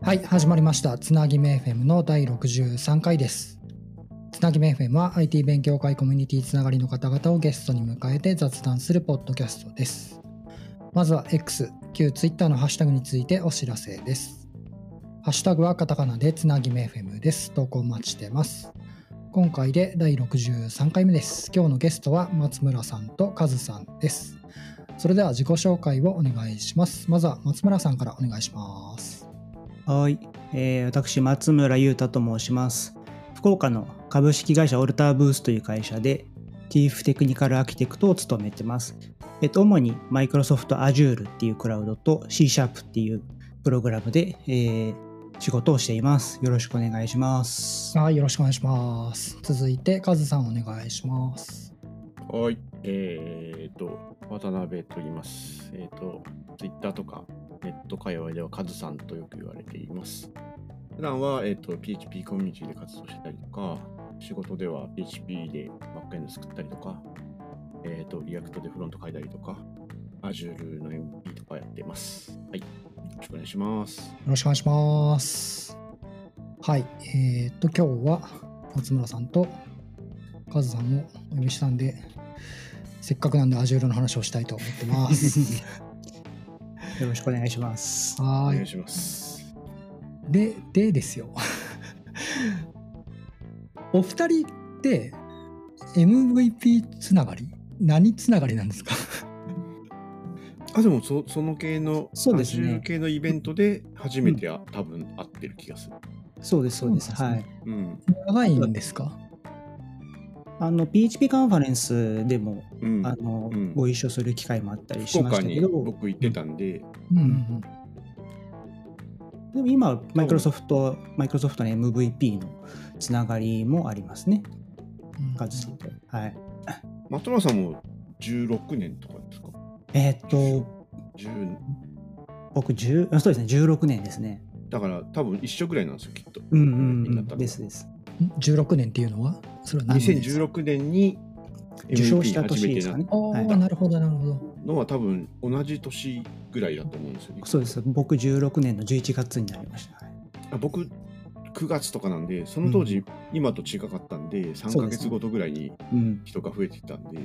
はい、始まりました。つなぎめ FM の第63回です。つなぎめ FM は IT 勉強会コミュニティつながりの方々をゲストに迎えて雑談するポッドキャストです。まずは X、旧 Twitter のハッシュタグについてお知らせです。ハッシュタグはカタカナでつなぎめ FM です。投稿お待ちしてます。今回で第63回目です。今日のゲストは松村さんとカズさんです。それでは自己紹介をお願いします。まずは松村さんからお願いします。 はい、私松村優太と申します。福岡の株式会社オルターブースという会社で TIF テクニカルアーキテクトを務めてます。主にマイクロソフト Azure っていうクラウドと C# っていうプログラムで、仕事をしています。よろしくお願いします。 はい、よろしくお願いします。続いてカズさんお願いします。 はい、渡辺と言います。Twitter とかネット界隈ではカズさんとよく言われています。普段は、PHP コミュニティで活動してたりとか、仕事では PHP でバックエンド作ったりとか、リアクトでフロント書いたりとか、Azure の MP とかやってます。はい、よろしくお願いします。 よろしくお願いします。はい、今日は松村さんとカズさんをお呼びしたんで、せっかくなんで Azure の話をしたいと思ってます。 よろしくお願いします。 はい。 お願いします。 でですよ。お二人って MVP つながり？何つながりなんですか？ でもその系の、 そうですね。 Azure 系のイベントで初めて多分会ってる気がする。 そうです、そうです。はい。 長いんですか ？PHP カンファレンスでも、ご一緒する機会もあったりしましたけど、 福岡に僕行ってたんで、 でも今マイクロソフトの MVP のつながりもありますね。カズさんと。はい。 松村さんも16年とかですか ？僕そうですね、16年ですね。 だから多分一緒ぐらいなんですよ、きっと。 です。 16年っていうのはそれは何年ですか ？2016年に受賞した年ですかね。 なるほどなるほど。 のは多分同じ年ぐらいだと思うんですよね。 そうです。僕16年の11月になりました。 僕9月とかなんで、その当時、今と違かったんで3ヶ月ごとぐらいに人が増えていたんで、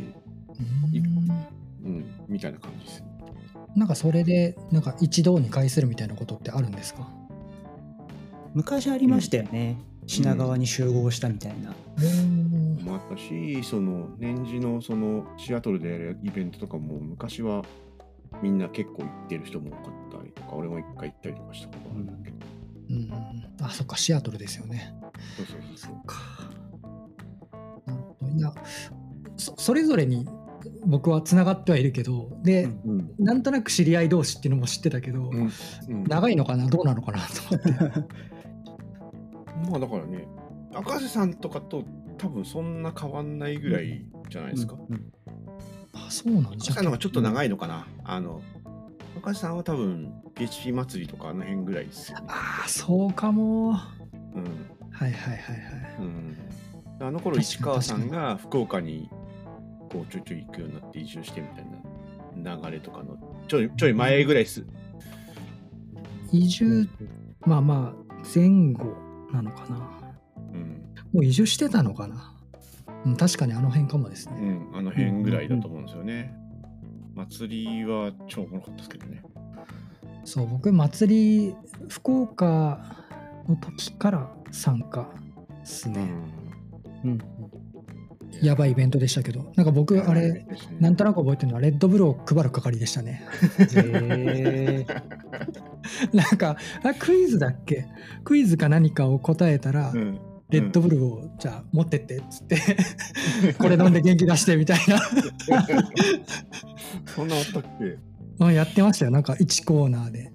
みたいな感じですね。 なんかそれでなんか一堂に会するみたいなことってあるんですか？ 昔ありましたよね。品川に集合したみたいな。 もあったし、その年次のそのシアトルでやるイベントとかも昔はみんな結構行ってる人も多かったりとか、俺も一回行ったりとかしたことあるんだけど。 そっか、シアトルですよね。 そうか。なるほど。いや、それぞれに僕はつながってはいるけど、で、なんとなく知り合い同士っていうのも知ってたけど、長いのかな、どうなのかなと思って。 まあだからね、赤瀬さんとかと多分そんな変わんないぐらいじゃないですか。 そうなんですか。 赤瀬さんの方がちょっと長いのかな。赤瀬さんは多分 PHP 祭りとかあの辺ぐらいですよね。 そうかも。はい。 あの頃市川さんが福岡にこうちょいちょい行くようになって移住してみたいな流れとかのちょい前ぐらいです。 移住まあ前後なのかな。もう移住してたのかな。確かにあの辺かもですね。 あの辺ぐらいだと思うんですよね。祭りは超おもろかったですけどね。そう、 僕祭り福岡の時から参加ですね。やばいイベントでしたけど、なんか僕あれなんとなく覚えてるのはレッドブルを配る係でしたね。なんかクイズだっけ？クイズか何かを答えたら、レッドブルをじゃあ持ってってっつってこれ飲んで元気出してみたいな。 そんなあったっけ？ やってましたよ、なんか1コーナーで。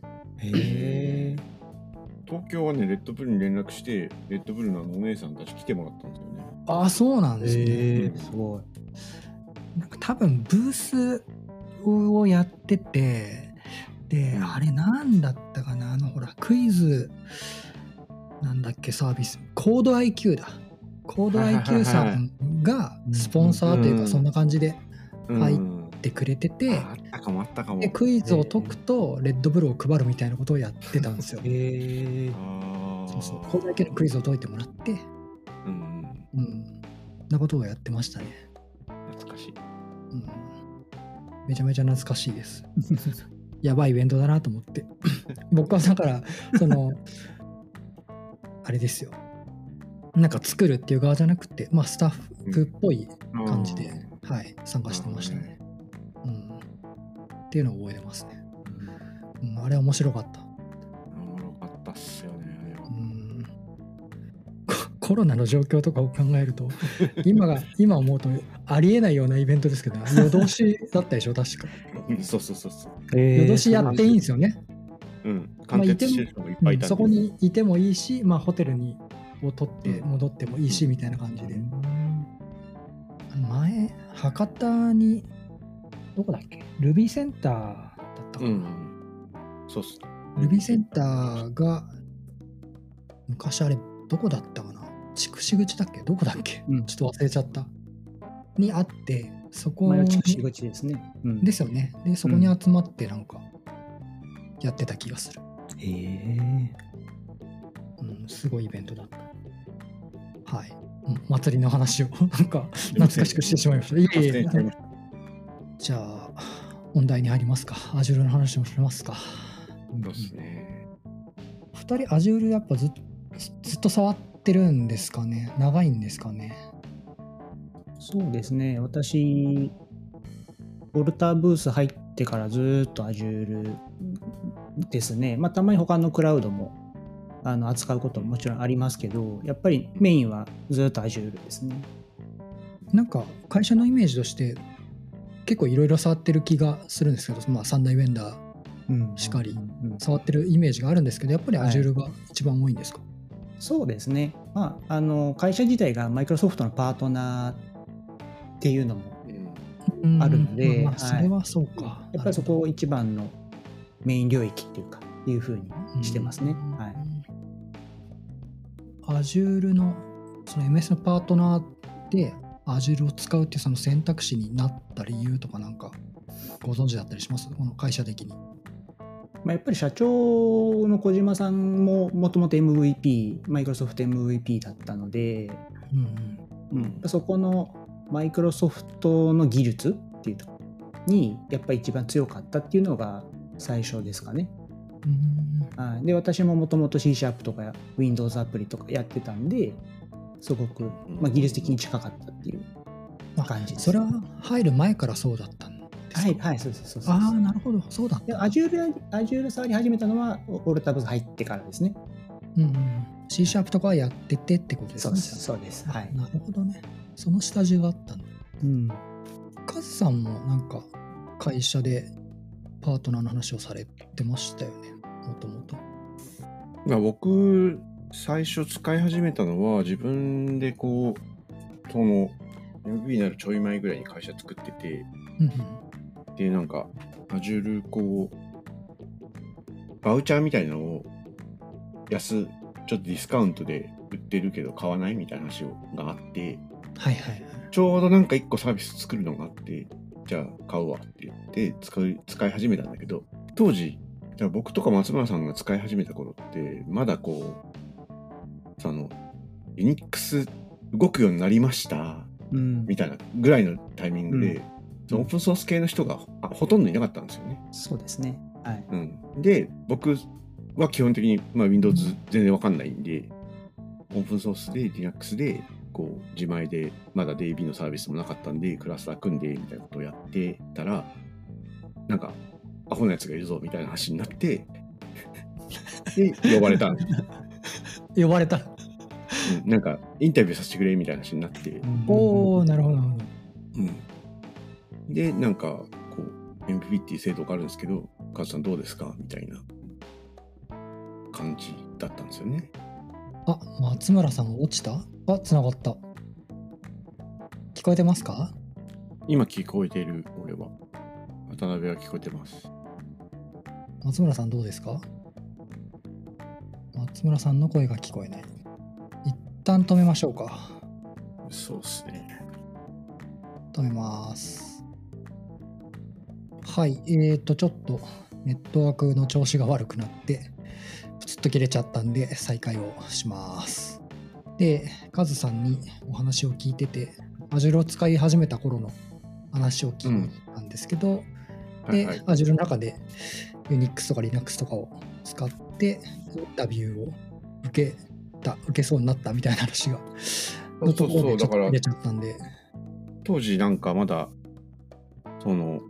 東京はね、レッドブルに連絡してレッドブルのお姉さんたち来てもらったんですよね。 そうなんですね。 すごい。 なんか多分ブースをやってて、で、あれなんだったかな、ほらクイズなんだっけ、サービスコード IQ だ。コード IQ さんがスポンサーというかそんな感じで入っててくれてて、 あったかもあったかも。 でクイズを解くとレッドブルを配るみたいなことをやってたんですよ。そうそう、これだけのクイズを解いてもらって、なことをやってましたね。 懐かしい。 めちゃめちゃ懐かしいです。やばいイベントだなと思って。僕はだからあれですよ。なんか作るっていう側じゃなくて、スタッフっぽい感じで、参加してましたね。っていうのを覚えてますね。あれ面白かった。 おもろかったっすよね、あれは。 コロナの状況とかを考えると、今思うとありえないようなイベントですけど、夜通しだったでしょ、確か。 そう。 夜通しやっていいんですよね。 貫徹してる人もいっぱいいたんで、 そこにいてもいいし、ホテルを取って戻ってもいいし、みたいな感じで。前、博多に、どこだっけ、ルビーセンターだったかな。 そうっす。 ルビーセンターが、昔あれ、どこだったかな、筑紫口だっけ、どこだっけ、ちょっと忘れちゃった。にあって、そこに。 筑紫口ですね。 ですよね。で、そこに集まってなんか、やってた気がする。すごいイベントだった。祭りの話をなんか懐かしくしてしまいました。じゃあ本題に入りますか。Azure の話もしますか。 そうですね。 2人 Azure やっぱずっと触ってるんですかね。長いんですかね。 そうですね。私オルターブース入ってからずっと Azure ですね。たまに他のクラウドも扱うことももちろんありますけど、やっぱりメインはずっと Azure ですね。 なんか会社のイメージとして結構いろいろ触ってる気がするんですけど、三大ベンダーしかり触ってるイメージがあるんですけど、やっぱり Azure が一番多いんですか？ そうですね。会社自体がマイクロソフトのパートナーっていうのもあるので、 それはそうか。 やっぱりそこを一番のメイン領域っていうかいうふうにしてますね。 Azure のその MS のパートナーで Azure を使うっていうその選択肢になった理由とかなんかご存知だったりします？この会社的に。 やっぱり社長の小島さんももともと MVP、マイクロソフト MVP だったので、そこのマイクロソフトの技術っていうところにやっぱり一番強かったっていうのが最初ですかね。で、私ももともと C# とか Windows アプリとかやってたんで、すごく、技術的に近かったっていう感じです。 それは入る前からそうだったんですか？ そう。 なるほど、そうだった。 Azure 触り始めたのはオルタブズ入ってからですね。 C# とかはやっててってことですね。 そうです。 なるほどね。その下地があったんだ。カズさんもなんか会社でパートナーの話をされてましたよね、もともと。 僕最初使い始めたのは自分でその MV になるちょい前ぐらいに会社作ってて、でなんか Azure バウチャーみたいなのをちょっとディスカウントで売ってるけど買わないみたいな話があって、ちょうどなんか1個サービス作るのがあって、じゃあ買うわって言って使い始めたんだけど、当時僕とか松村さんが使い始めた頃ってまだLinux 動くようになりましたみたいなぐらいのタイミングで、オープンソース系の人がほとんどいなかったんですよね。 そうですね。 で僕は基本的に、Windows 全然わかんないんで、オープンソースで Linux で自前でまだ DB のサービスもなかったんでクラスター組んでみたいなことをやってたら、なんかアホなやつがいるぞみたいな話になってで呼ばれた呼ばれた、 なんかインタビューさせてくれみたいな話になって、 おー、なるほどなるほど。 でなんかMVP っていう制度があるんですけど、カズさんどうですかみたいな感じだったんですよね。 松村さんが落ちた？つながった。聞こえてますか？ 今聞こえてる。俺は渡辺は聞こえてます。 松村さんどうですか？松村さんの声が聞こえない。一旦止めましょうか。 そうですね。 止めます。 はい、ちょっとネットワークの調子が悪くなってプツッと切れちゃったんで再開をします。で、カズさんにお話を聞いてて Azure を使い始めた頃の話を聞いたんですけど、で、Azure の中で Unix とか Linux とかを使ってインタビューを受けそうになったみたいな話がのところでちょっと切れちゃったんで、 当時なんかまだその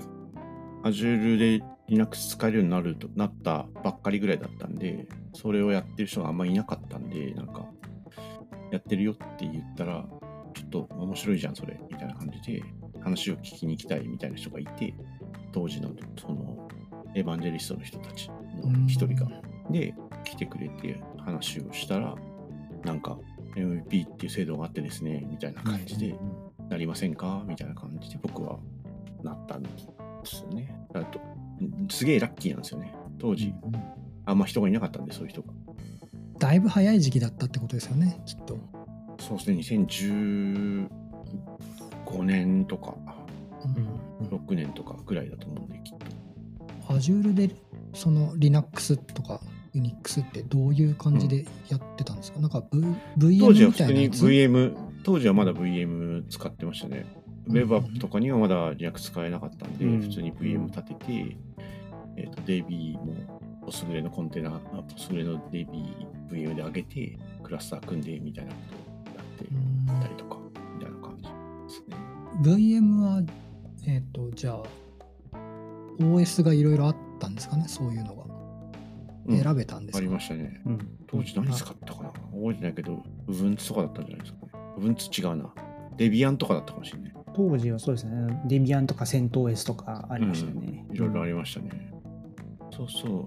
Azure で Linux 使えるようになったばっかりぐらいだったんで、それをやってる人があんまりいなかったんで、なんかやってるよって言ったらちょっと面白いじゃんそれみたいな感じで話を聞きに行きたいみたいな人がいて、当時のそのエヴァンジェリストの人たちの一人がで来てくれて話をしたら、なんか MVP っていう制度があってですねみたいな感じで、なりませんかみたいな感じで僕はなったんですよね。だとすげえラッキーなんですよね。当時あんま人がいなかったんで、そういう人がだいぶ早い時期だったってことですよね、きっと。 そうですね、2015年とか、6年とかぐらいだと思うんで、きっと。 Azure でその Linux とか Unix ってどういう感じでやってたんですか？なんか、VM みたいなやつ？ 当時はまだ VM 使ってましたね。Web アップとかにはまだ Linux 使えなかったんで、普通に VM 立てて、DB もポスグレのコンテナ、ポスグレの DB、VM で上げて、クラスター組んでみたいなことをやってたりとか、みたいな感じですね。 VM は、じゃあ、OS がいろいろあったんですかね、そういうのが。選べたんですか？ ありましたね。当時何使ったかな、覚えてないけど、Ubuntu とかだったんじゃないですかね。Ubuntu 違うな。Debian とかだったかもしれない。 当時はそうですね。Debian とか CentOS とかありましたよね。 いろいろありましたね。そうそう。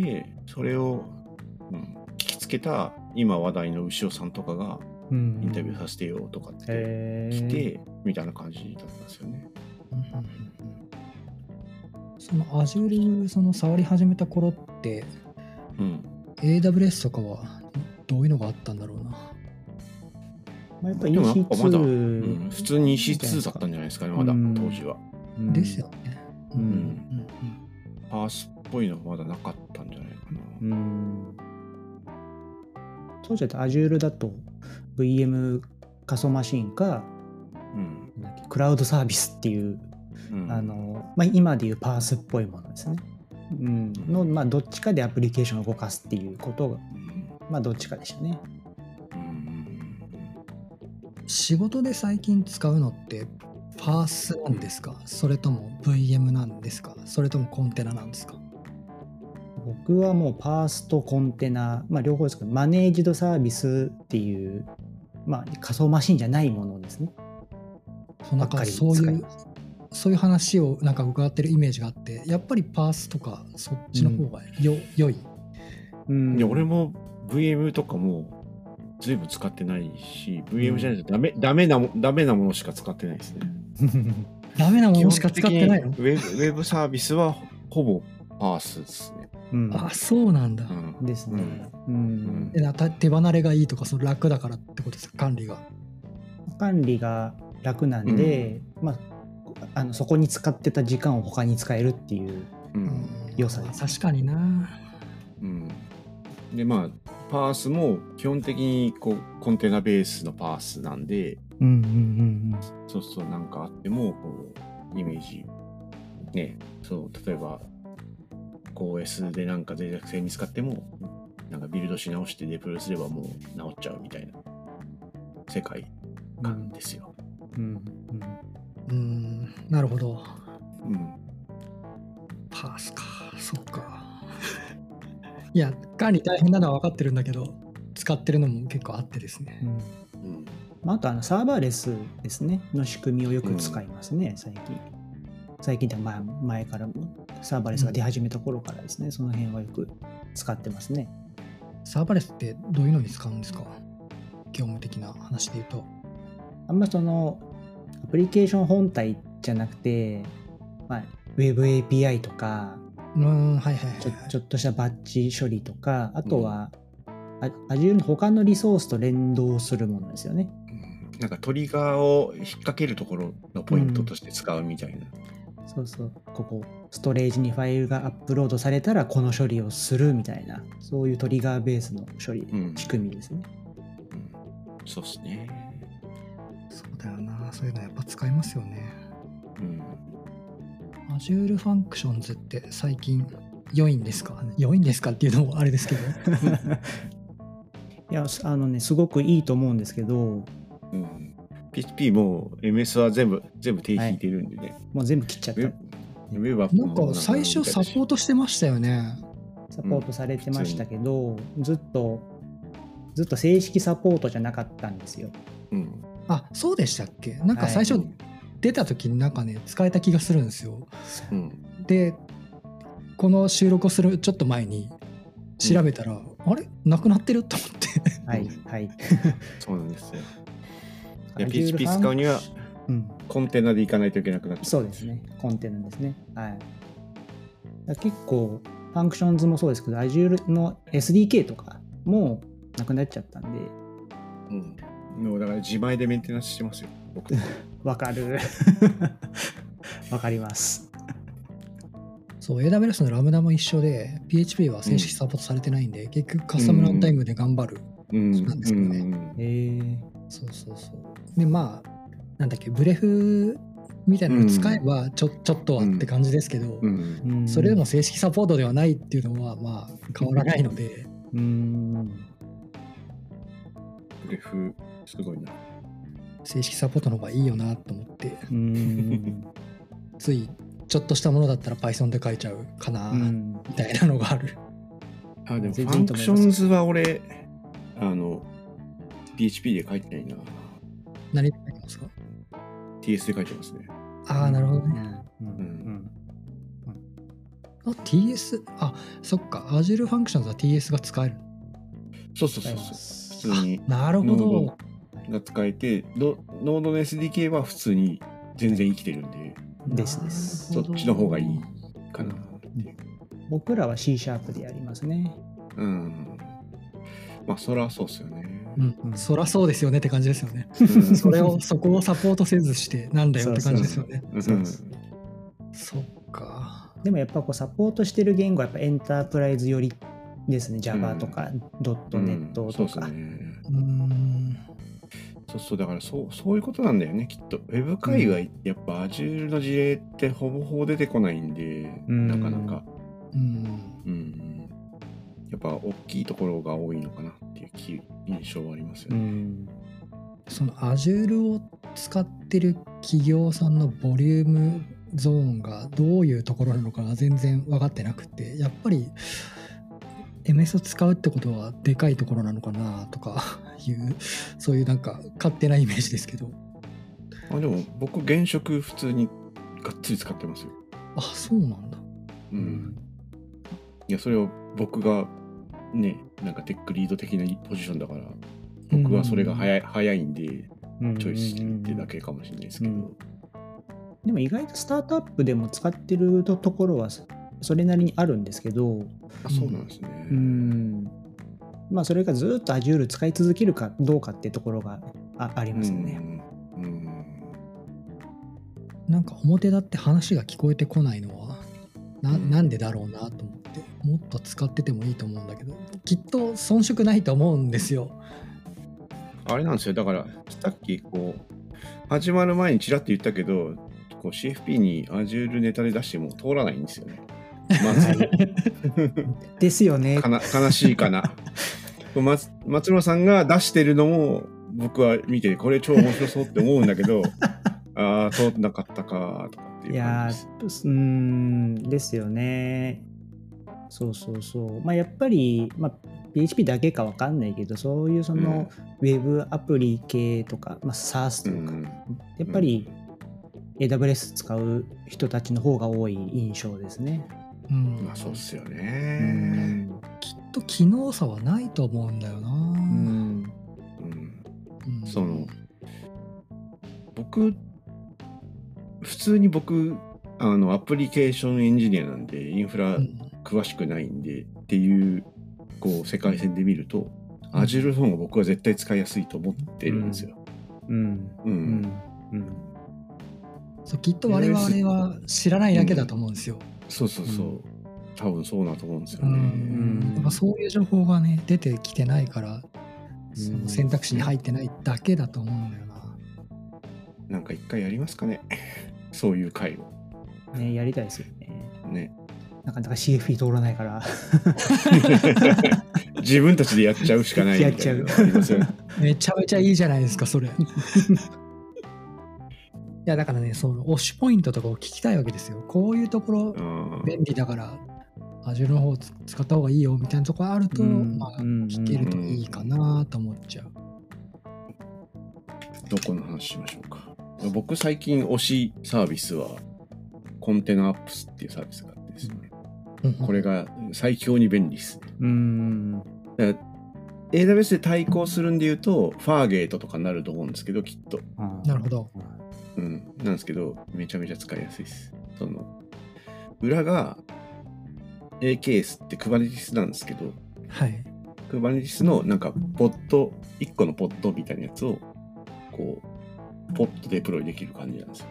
で、それを、聞きつけた今話題の牛尾さんとかがインタビューさせてよとかって来て、みたいな感じだったんですよね。 その Azure その触り始めた頃って、AWS とかはどういうのがあったんだろうな。 やっぱ EC2 まだ、普通に EC2 だったんじゃないですかね、まだ当時は。 ですよね。 パースっぽいのまだなかったんじゃないかな。 当時だと Azure だと VM 仮想マシンか、クラウドサービスっていう、今でいうパースっぽいものですね。のどっちかでアプリケーションを動かすっていうことが、どっちかでしたね。 仕事で最近使うのってパースなんですか？それとも VM なんですか？それともコンテナなんですか？ 僕はもうパースとコンテナ、両方ですけど、マネージドサービスっていう、仮想マシンじゃないものですね。 なんかそういう話をなんか伺ってるイメージがあって、やっぱりパースとかそっちの方が良い。 いや、俺も VM とかも随分使ってないし、VM じゃないとダメなものしか使ってないですね。 ダメなものしか使ってないの？ ウェブサービスはほぼパースですね。 あ、そうなんだ。 ですね。 手離れがいいとか、それ楽だからってことですか？ 管理が楽なんで、そこに使ってた時間を他に使えるっていう良さです。 確かにな。 でパースも基本的にコンテナベースのパースなんで、そうするとなんかあってもイメージね、例えばOS でなんか脆弱性見つかってもなんかビルドし直してデプロイすればもう直っちゃうみたいな世界観ですよ。 なるほど。パースか、そっか。いや、管理大変なのは分かってるんだけど、使ってるのも結構あってですね。 あとサーバーレスですねの仕組みをよく使いますね、最近では前からもサーバーレスが出始めた頃からですね、その辺はよく使ってますね。 サーバーレスってどういうのに使うんですか？業務的な話で言うと。 あんまそのアプリケーション本体じゃなくて、ウェブ API とか、ちょっとしたバッチ処理とか、あとは、Azure の他のリソースと連動するものですよね。 なんかトリガーを引っ掛けるところのポイントとして使うみたいな。 そうそう、ここストレージにファイルがアップロードされたらこの処理をするみたいな、そういうトリガーベースの処理、仕組みですね。 そうっすね。 そうだよな、そういうのやっぱ使いますよね。 うん。 Azure Functions って最近良いんですか？良いんですかっていうのもあれですけど。 いや、すごくいいと思うんですけど、 PHP も MS は全部手引いてるんでね。 もう全部切っちゃった。 なんか最初サポートしてましたよね。 サポートされてましたけど、ずっと正式サポートじゃなかったんですよ。 あ、そうでしたっけ？なんか最初出た時になんかね、使えた気がするんですよ。で、この収録をするちょっと前に調べたら、あれなくなってると思って。 はいはい。 そうなんですよ。PHP 使うにはコンテナで行かないといけなくなって、 そうですね。コンテナですね。はい。結構ファンクションズもそうですけど、Azure の SDK とかもなくなっちゃったんで。 もうだから自前でメンテナンスしてますよ、僕。 わかる。わかります。 そう、AWS のラムダも一緒で、PHP は正式サポートされてないんで、結局カスタムランタイムで頑張るなんですけどね。そうそうそう。で、まあ、なんだっけ、ブレフみたいなの使えばちょっとはって感じですけど、それでも正式サポートではないっていうのは、まあ、変わらないので。 ブレフ、すごいな。 正式サポートの方がいいよなと思って。つい、ちょっとしたものだったら Python で書いちゃうかな、みたいなのがある。 でもファンクションズは俺、PHP で書いてないな。 何で書いてますか？ TS で書いてますね。 ああ、なるほどね。TS、そっか。Azure Functions は TS が使える。 そう。普通に。 なるほど。 が使えて、ノードの SDK は普通に全然生きてるんで。そっちの方がいいかなっていう。 僕らは C# でやりますね。 まあ、そらそうですよね。 そらそうですよねって感じですよね。そこをサポートせずしてなんだよって感じですよね。そっか。 でもやっぱこうサポートしてる言語はやっぱエンタープライズ寄りですね。Java とか、.NET とか。 だからそういうことなんだよね、きっと。Web 界隈ってやっぱ Azure の事例ってほぼほぼ出てこないんで、なかなか。やっぱ大きいところが多いのかなっていう印象はありますよね。 その Azure を使ってる企業さんのボリュームゾーンがどういうところなのかが全然分かってなくて、やっぱり MS を使うってことはでかいところなのかなとかいうそういうなんか勝手なイメージですけど。 でも僕現職普通にがっつり使ってますよ。 そうなんだ。 いやそれを僕がねなんかテックリード的なポジションだから僕はそれが早いんでチョイスしてるってだけかもしれないですけど。 でも意外とスタートアップでも使ってるところはそれなりにあるんですけど。 そうなんですね。 まあそれがずっと Azure 使い続けるかどうかっていうところが ありますよね。 なんか表立って話が聞こえてこないのはなんでだろうなと思って、もっと使っててもいいと思うんだけど、きっと遜色ないと思うんですよ。 あれなんですよ、だからさっきこう始まる前にちらっと言ったけど、こう CFP に Azure ネタで出しても通らないんですよね。まずですよね。 悲しいかな。松村さんが出してるのも僕は見てこれ超面白そうって思うんだけど通んなかったかとかっていう感じです。 ですよね。そう。まあやっぱり、PHP だけかわかんないけど、そういうそのウェブアプリ系とか、SaaS とか、やっぱり AWS 使う人たちの方が多い印象ですね。 そうっすよね。 きっと機能差はないと思うんだよな。 その普通に僕アプリケーションエンジニアなんでインフラ詳しくないんでっていうこう世界線で見ると Azure の方が僕は絶対使いやすいと思ってるんですよ。 そうきっと我々は知らないだけだと思うんですよ。 そうそうそう。多分そうだと思うんですようね。 んやっぱそういう情報がね出てきてないからその選択肢に入ってないだけだと思うんだよな。 なんか一回やりますかね。そういう会を。 ね、やりたいですよね。 ね。 なかなか CFP 通らないから。 自分たちでやっちゃうしかないみたいなのがありますよね。 めちゃめちゃいいじゃないですかそれ。いやだからねその推しポイントとかを聞きたいわけですよ。こういうところ便利だからAzure の方を使った方がいいよみたいなところあると、まあ聞けるといいかなと思っちゃう。 どこの話しましょうか。僕最近推しサービスはコンテナアップスっていうサービスがあってですね、これが最強に便利ですね。だから AWS で対抗するんで言うとファーゲートとかになると思うんですけど、きっと。 なるほど。 なんですけどめちゃめちゃ使いやすいです。その裏が AKS って Kubernetes なんですけど、 はい。 Kubernetes のなんかポッド1個のポッドみたいなやつをこうポッドデプロイできる感じなんですよ。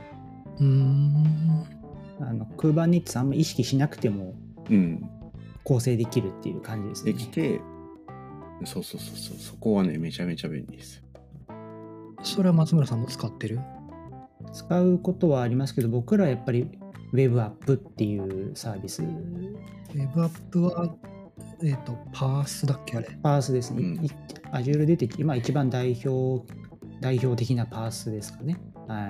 Kubernetes あんま意識しなくても構成できるっていう感じですね。 できて、そうそこはねめちゃめちゃ便利です。 それは松村さんも使ってる？ 使うことはありますけど、僕らはやっぱり WebApp っていうサービス。 WebApp はパースだっけあれ？ パースですね。Azure 出てきて今一番代表的なパースですかね。はい。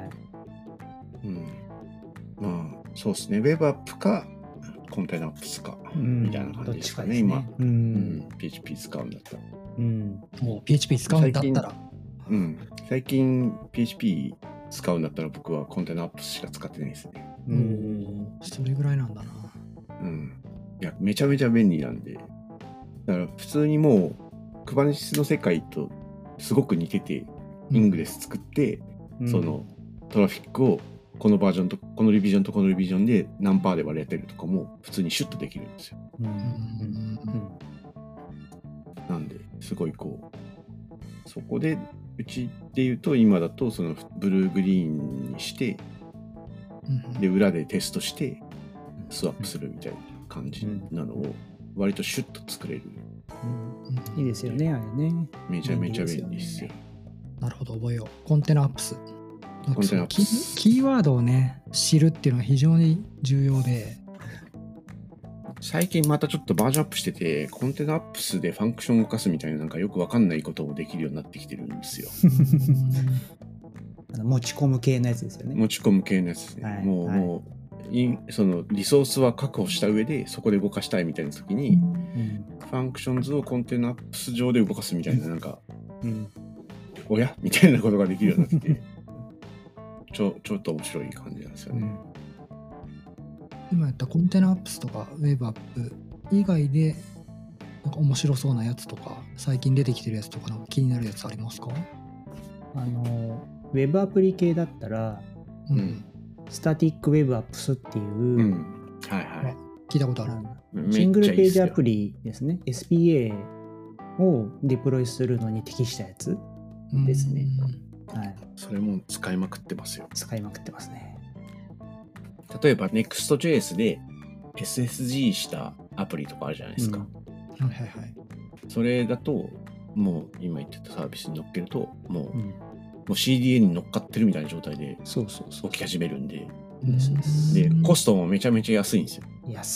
まあそうですね。WebApp かコンテナアップスかみたいな感じですかね。今、PHP 使うんだったら。 もう PHP 使うんだったら。 最近 PHP 使うんだったら僕はコンテナアップスしか使ってないですね。 それぐらいなんだな。 いやめちゃめちゃ便利なんで。だから普通にもう Kubernetes の世界とすごく似てて、イングレス作って、そのトラフィックをこのバージョンとこのリビジョンとこのリビジョンで何パーで割り当てるとかも普通にシュッとできるんですよ。なんですごいこうそこでうちで言うと今だとそのブルーグリーンにして、で裏でテストしてスワップするみたいな感じなのを割とシュッと作れる。 いいですよねあれね。 めちゃめちゃ便利ですよ。 なるほど、覚えよう。コンテナアップス。 コンテナアップス。 キーワードをね知るっていうのは非常に重要で、 最近またちょっとバージョンアップしてて、コンテナアップスでファンクションを動かすみたいななんかよくわかんないこともできるようになってきてるんですよ。 持ち込む系のやつですよね。 持ち込む系のやつですね。もうそのリソースは確保した上でそこで動かしたいみたいな時に、ファンクションズをコンテナアップス上で動かすみたいななんか、おやみたいなことができるようになっててちょっと面白い感じなんですよね。 今やったコンテナアップスとか WebApp 以外でなんか面白そうなやつとか最近出てきてるやつとかなんか気になるやつありますか？ ウェブアプリ系だったら、スタティックウェブアップスっていう、 聞いたことある。 シングルページアプリですね。SPA をデプロイするのに適したやつですね。 それも使いまくってますよ。 使いまくってますね。 例えば Next.js で SSG したアプリとかあるじゃないですか。それだともう今言ってたサービスに乗っけるともう CDN に乗っかってるみたいな状態で起き始めるんで、でコストもめちゃめちゃ安いんですよ。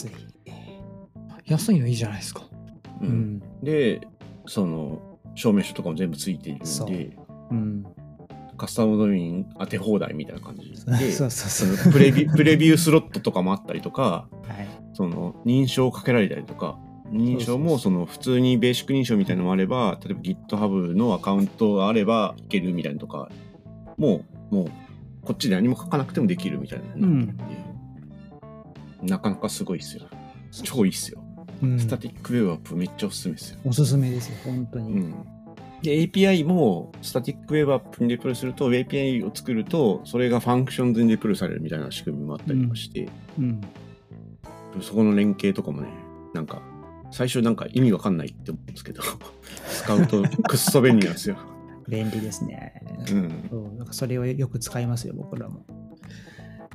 安いのいいじゃないですか。 でその証明書とかも全部ついているんで、カスタムドメイン当て放題みたいな感じでプレビュースロットとかもあったりとか、その認証をかけられたりとか、認証もその普通にベーシック認証みたいなのもあれば、例えば GitHub のアカウントがあればいけるみたいなとかもうこっちで何も書かなくてもできるみたいな、なかなかすごいっすよ。超いいっすよ。スタティックウェブアップめっちゃおすすめですよ。 おすすめですよ本当に。 で API もスタティックウェブアップにデプロイすると API を作るとそれがファンクションズにデプロイされるみたいな仕組みもあったりとかして、そこの連携とかもね、なんか最初なんか意味わかんないって思うんですけど使うとくっそ便利なんですよ。 便利ですね。なんかそれをよく使いますよ僕らも。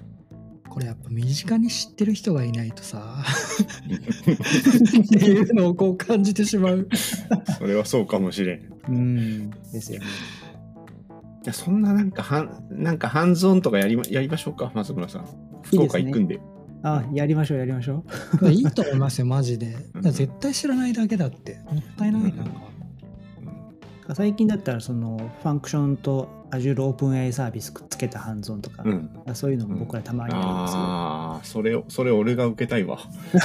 これやっぱ身近に知ってる人がいないとさっていうのをこう感じてしまう。 それはそうかもしれん。 ですよね。 いやそんななんかハンズオンとかやりましょうか、松村さん。福岡行くんで。 やりましょう。 いいと思いますよ、マジで。絶対知らないだけだって。もったいないな。 最近だったらそのファンクションと Azure OpenAI サービスくっつけたハンズオンとか、そういうのも僕らたまにありますよ。 それ俺が受けたいわ。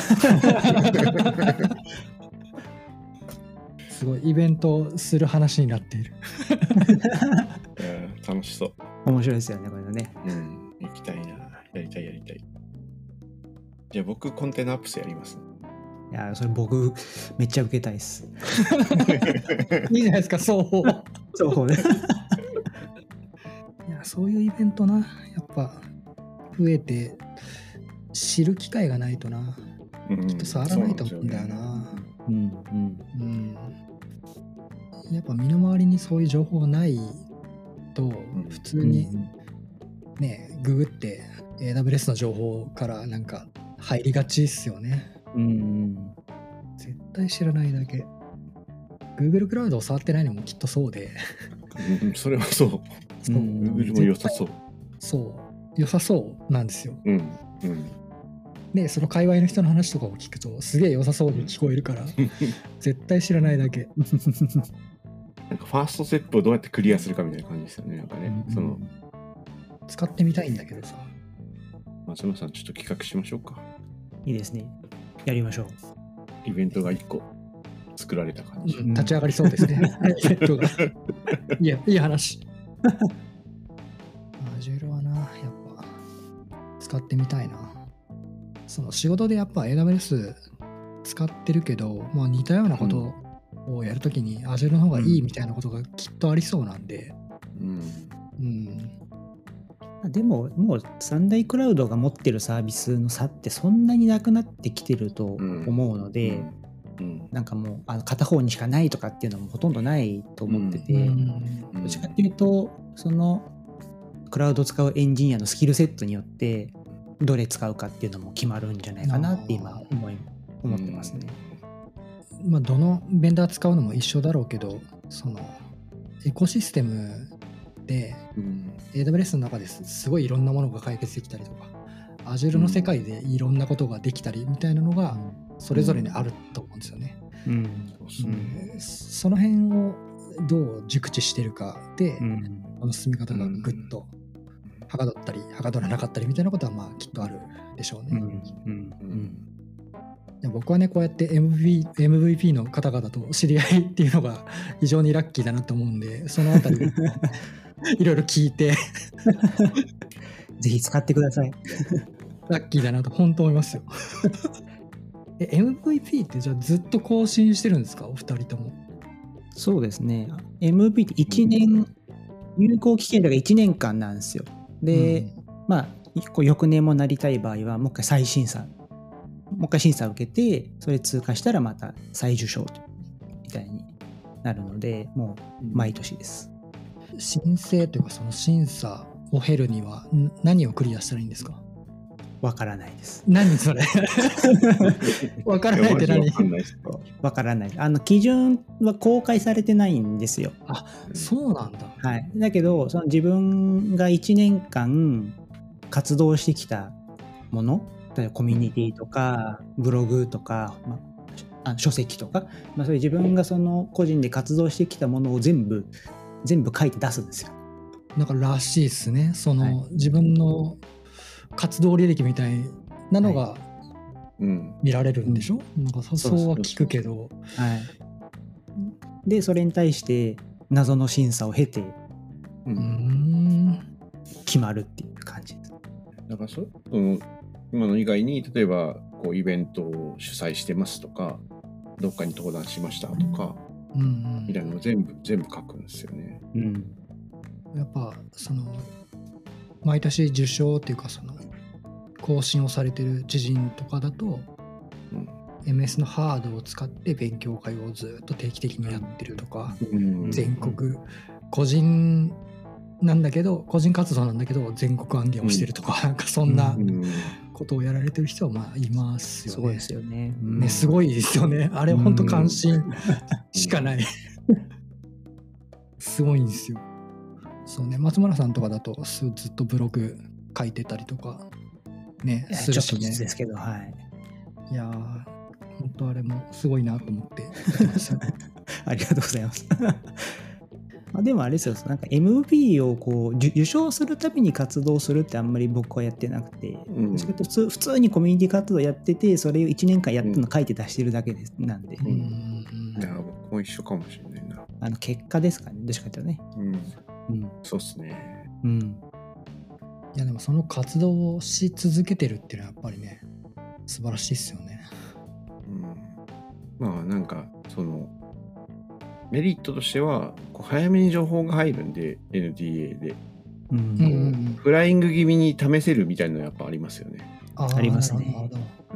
すごいイベントする話になっている。 楽しそう。 面白いですよね、これね。 行きたいな。やりたい。じゃあ僕コンテナアップスやります。 いや、それ僕めっちゃ受けたいです。 いいじゃないですか、双方ね。いや、そういうイベントな、やっぱ増えて知る機会がないとな、きっと触らないと思うんだよな。やっぱ身の回りにそういう情報がないと普通にね、ググって AWS の情報からなんか入りがちっすよね。絶対知らないだけ。 Google クラウドを触ってないのもきっとそうでそれはそう。Google も良さそう。 良さそうなんですよ。でその界隈の人の話とかを聞くとすげえ良さそうに聞こえるから絶対知らないだけ。 なんかファーストステップをどうやってクリアするかみたいな感じですよね。なんかね、 使ってみたいんだけどさ。 松野さん、ちょっと企画しましょうか。 いいですね。やりましょう。 イベントが1個作られた感じ。 立ち上がりそうですね。イベントが。いい話。Azure はな、やっぱ使ってみたいな。その仕事でやっぱ AWS 使ってるけど、まあ、似たようなことをやるときに Azure の方がいいみたいなことがきっとありそうなんで。 でももう三大クラウドが持ってるサービスの差ってそんなになくなってきてると思うので、なんかもう片方にしかないとかっていうのもほとんどないと思ってて、どっちかっていうとそのクラウドを使うエンジニアのスキルセットによってどれ使うかっていうのも決まるんじゃないかなって今思ってますね。 まあどのベンダー使うのも一緒だろうけど、そのエコシステムで、AWS の中ですごいいろんなものが解決できたりとか、Azure の世界でいろんなことができたりみたいなのがそれぞれにあると思うんですよね。その辺をどう熟知してるかで、この進み方がぐっとはかどったりはかどらなかったりみたいなことはまあきっとあるでしょうね。僕はね、こうやって MVP の方々と知り合いっていうのが非常にラッキーだなと思うんで、そのあたりいろいろ聞いてぜひ使ってください。 ラッキーだなと本当思いますよ。MVP ってじゃあずっと更新してるんですか、お二人とも。 そうですね。MVP って1年、有効期限が1年間なんですよ。で、まあ翌年もなりたい場合はもう一回再審査、もう一回審査を受けて、それ通過したらまた再受賞みたいになるので、もう毎年です。 申請というかその審査を経るには何をクリアしたらいいんですか？ わからないです。 何それ？わからないって何？ わからない。基準は公開されてないんですよ。 あ、そうなんだ。 はい。だけど、その自分が1年間活動してきたもの、例えばコミュニティとかブログとか、書籍とか、そういう自分がその個人で活動してきたものを全部書いて出すんですよ。 なんからしいですね。その、自分の活動履歴みたいなのが見られるんでしょ？なんかそうは聞くけど。 でそれに対して謎の審査を経て決まるっていう感じです。 だから今の以外に例えばこうイベントを主催してますとか、どっかに登壇しましたとか、みたいなのを全部書くんですよね。 やっぱその毎年受賞っていうか、その更新をされてる知人とかだと、MS のハードを使って勉強会をずっと定期的にやってるとか、全国個人なんだけど、個人活動なんだけど全国案件をしてるとか、なんかそんなうんことをやられてる人はまあいますよね。 すごいですよね。 ね、すごいですよね。あれ本当関心しかない。すごいんですよ。そうね、松村さんとかだとずっとブログ書いてたりとかね、するしね。 ちょっときつですけど、はい。 いやー、本当あれもすごいなと思って見てますよ。 ありがとうございます。でもあれですよ、なんか MVP をこう受賞するために活動するってあんまり僕はやってなくて、 うんそれと普通にコミュニティ活動やってて、それを1年間やったの書いて出してるだけです、なんで、 いうんうんや僕も一緒かもしれないな。 結果ですかね、どっちかというとね。うん。 そうっすね。 うん。 いやでもその活動をし続けてるっていうのはやっぱりね、素晴らしいですよね。 まあなんかそのメリットとしてはこう早めに情報が入るんで NDA で、 うんうんうんうんフライング気味に試せるみたいなのやっぱありますよね。 ーありますねなるほど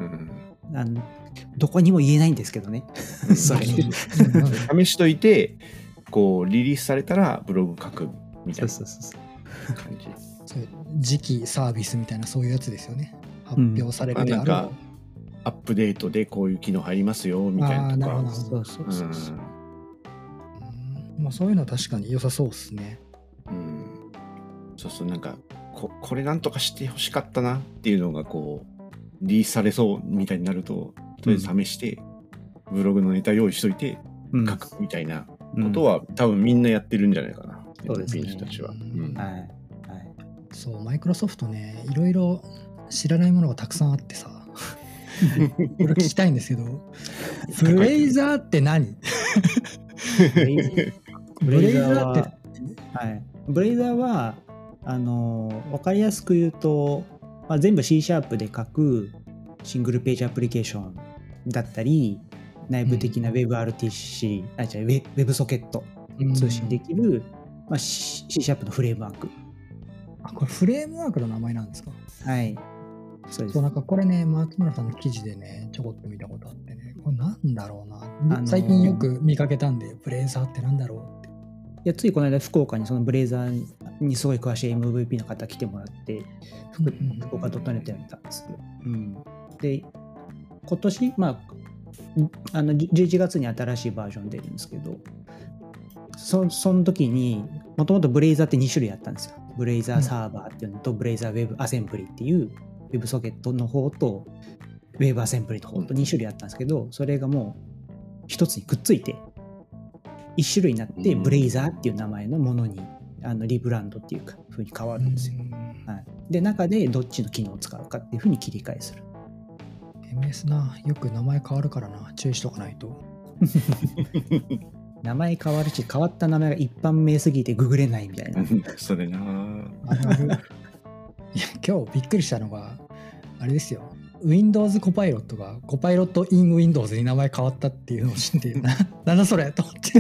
どこにも言えないんですけどね。それ。 試しといてこうリリースされたらブログ書くみたいなそう感じ。 そういう次期サービスみたいなそういうやつですよね。発表されるであろう、 なんかアップデートでこういう機能入りますよみたいなとか。 そうそうそう。 まあそういうのは確かに良さそうですね。 そうそう、なんかこれなんとかしてほしかったなっていうのがこうリリースされそうみたいになるととりあえず試して、ブログのネタ用意しといて書くみたいなことは、多分みんなやってるんじゃないかな。 そうですね。 人たちは。 はいそうマイクロソフトね、いろいろ知らないものがたくさんあってさこれ聞きたいんですけどブレイザーって何？ ブレイザーってブレイザーは分かりやすく言うと、全部 C# で書くシングルページアプリケーションだったり、内部的な WebRTC、WebSocket 通信できる、C# のフレームワーク。 これフレームワークの名前なんですか？ はい。そうです。 そうなんかこれね、松村さんの記事でね、ちょこっと見たことあってね、これなんだろうな。最近よく見かけたんで、ブレイザーってなんだろうって。 いや、ついこの間福岡にそのブレイザーにすごい詳しい MVP の方来てもらって、福岡.net やったんですよ。で、今年、11月に新しいバージョン出るんですけど、その時にもともとブレイザーって2種類あったんですよ。ブレイザーサーバーっていうのと、ブレイザーウェブアセンブリっていうウェブソケットの方とウェブアセンブリの方と2種類あったんですけど、それがもう一つにくっついて1種類になってブレイザーっていう名前のものにリブランドっていうか風に変わるんですよ。で中でどっちの機能を使うかっていう風に切り替えする。 MS な、よく名前変わるからな、注意しとかないと。 名前変わるし、変わった名前が一般名すぎてググれないみたいな。 それな。 いや今日びっくりしたのがあれですよ。Windows コパイロットがコパイロット in Windows に名前変わったっていうのを知ってなんだそれと思って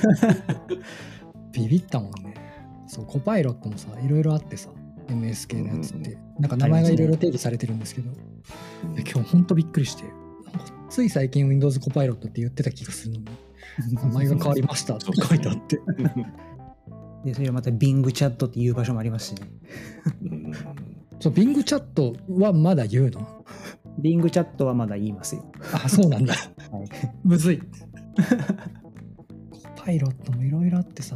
ビビったもんね。そうコパイロットもさ、いろいろあってさ、 MS 系のやつってなんか名前がいろいろ定義されてるんですけど、今日ほんとびっくりして、つい最近 Windows コパイロットって言ってた気がするのに名前が変わりましたって書いてあってでそれはまた Bing チャットっていう場所もありますしね。 そう Bing チャットはまだ言うの？ Bing チャットはまだ言いますよ。 あ、そうなんだ、 はい、 むずいコパイロットもいろいろあってさ。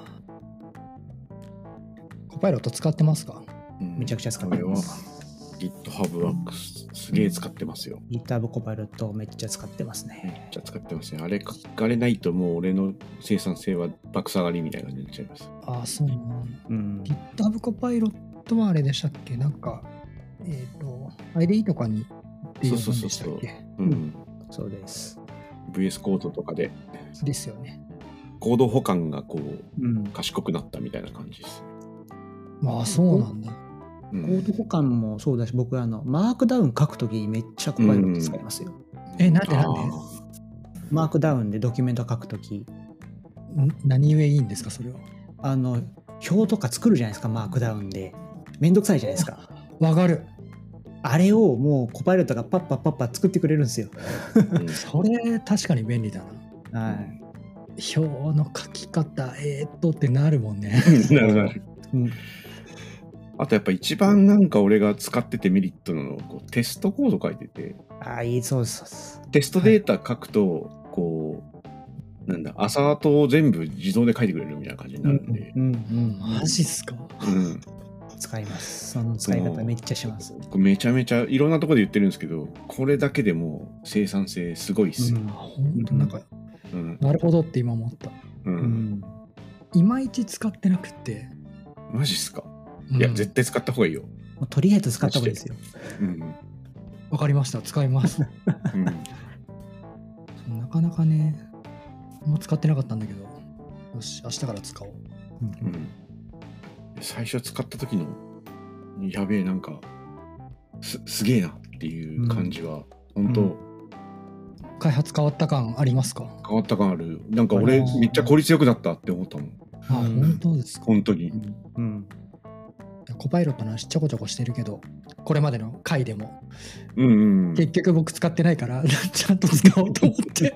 コパイロット使ってますか？ めちゃくちゃ使ってます。 GitHub はすげえ使ってますよ。 GitHub コパイロットめっちゃ使ってますね。 めっちゃ使ってますね。あれないともう俺の生産性は爆下がりみたいな感じになっちゃいます。 あ、そうなの。GitHub コパイロットはあれでしたっけ？なんかIDE とかにっていうのでしたっけ？ そうです。 VS コードとかでですよね。 コード保管がこう、賢くなったみたいな感じです。 まあそうなんだ。 コード保管もそうだし、僕マークダウン書くときにめっちゃコパイロット使いますよ。 なんでマークダウンでドキュメント書くとき。 何故いいんですかそれは？ 表とか作るじゃないですか、マークダウンで。めんどくさいじゃないですか。 わかる。 あれをもうコパイロットがパッパ作ってくれるんですよ。 それ確かに便利だな。 はい。 表の書き方ってなるもんね。 なるなる。 うんあとやっぱ一番なんか俺が使っててメリットなのこうテストコード書いてて、 そうそうそう。 テストデータ書くと、こうなんだアサートを全部自動で書いてくれるみたいな感じになるんで、 マジっすか。 使います。その使い方めっちゃします。 めちゃめちゃいろんなところで言ってるんですけど、これだけでもう生産性すごいっすよ。 本当なんか、なるほどって今思った。いまいち使ってなくて。 マジっすか。いや絶対使った方がいいよ。 とりあえず使った方がいいですよ。 わかりました。使います。なかなかね、もう使ってなかったんだけど、よし、明日から使おう。 最初使った時のやべえなんかすげえなっていう感じは、本当、 開発変わった感ありますか？ 変わった感ある。なんか俺めっちゃ効率よくなったって思ったもん。 本当ですか？ 本当に。 コパイロットの話ちょこちょこしてるけど、これまでの回でも、結局僕使ってないからちゃんと使おうと思って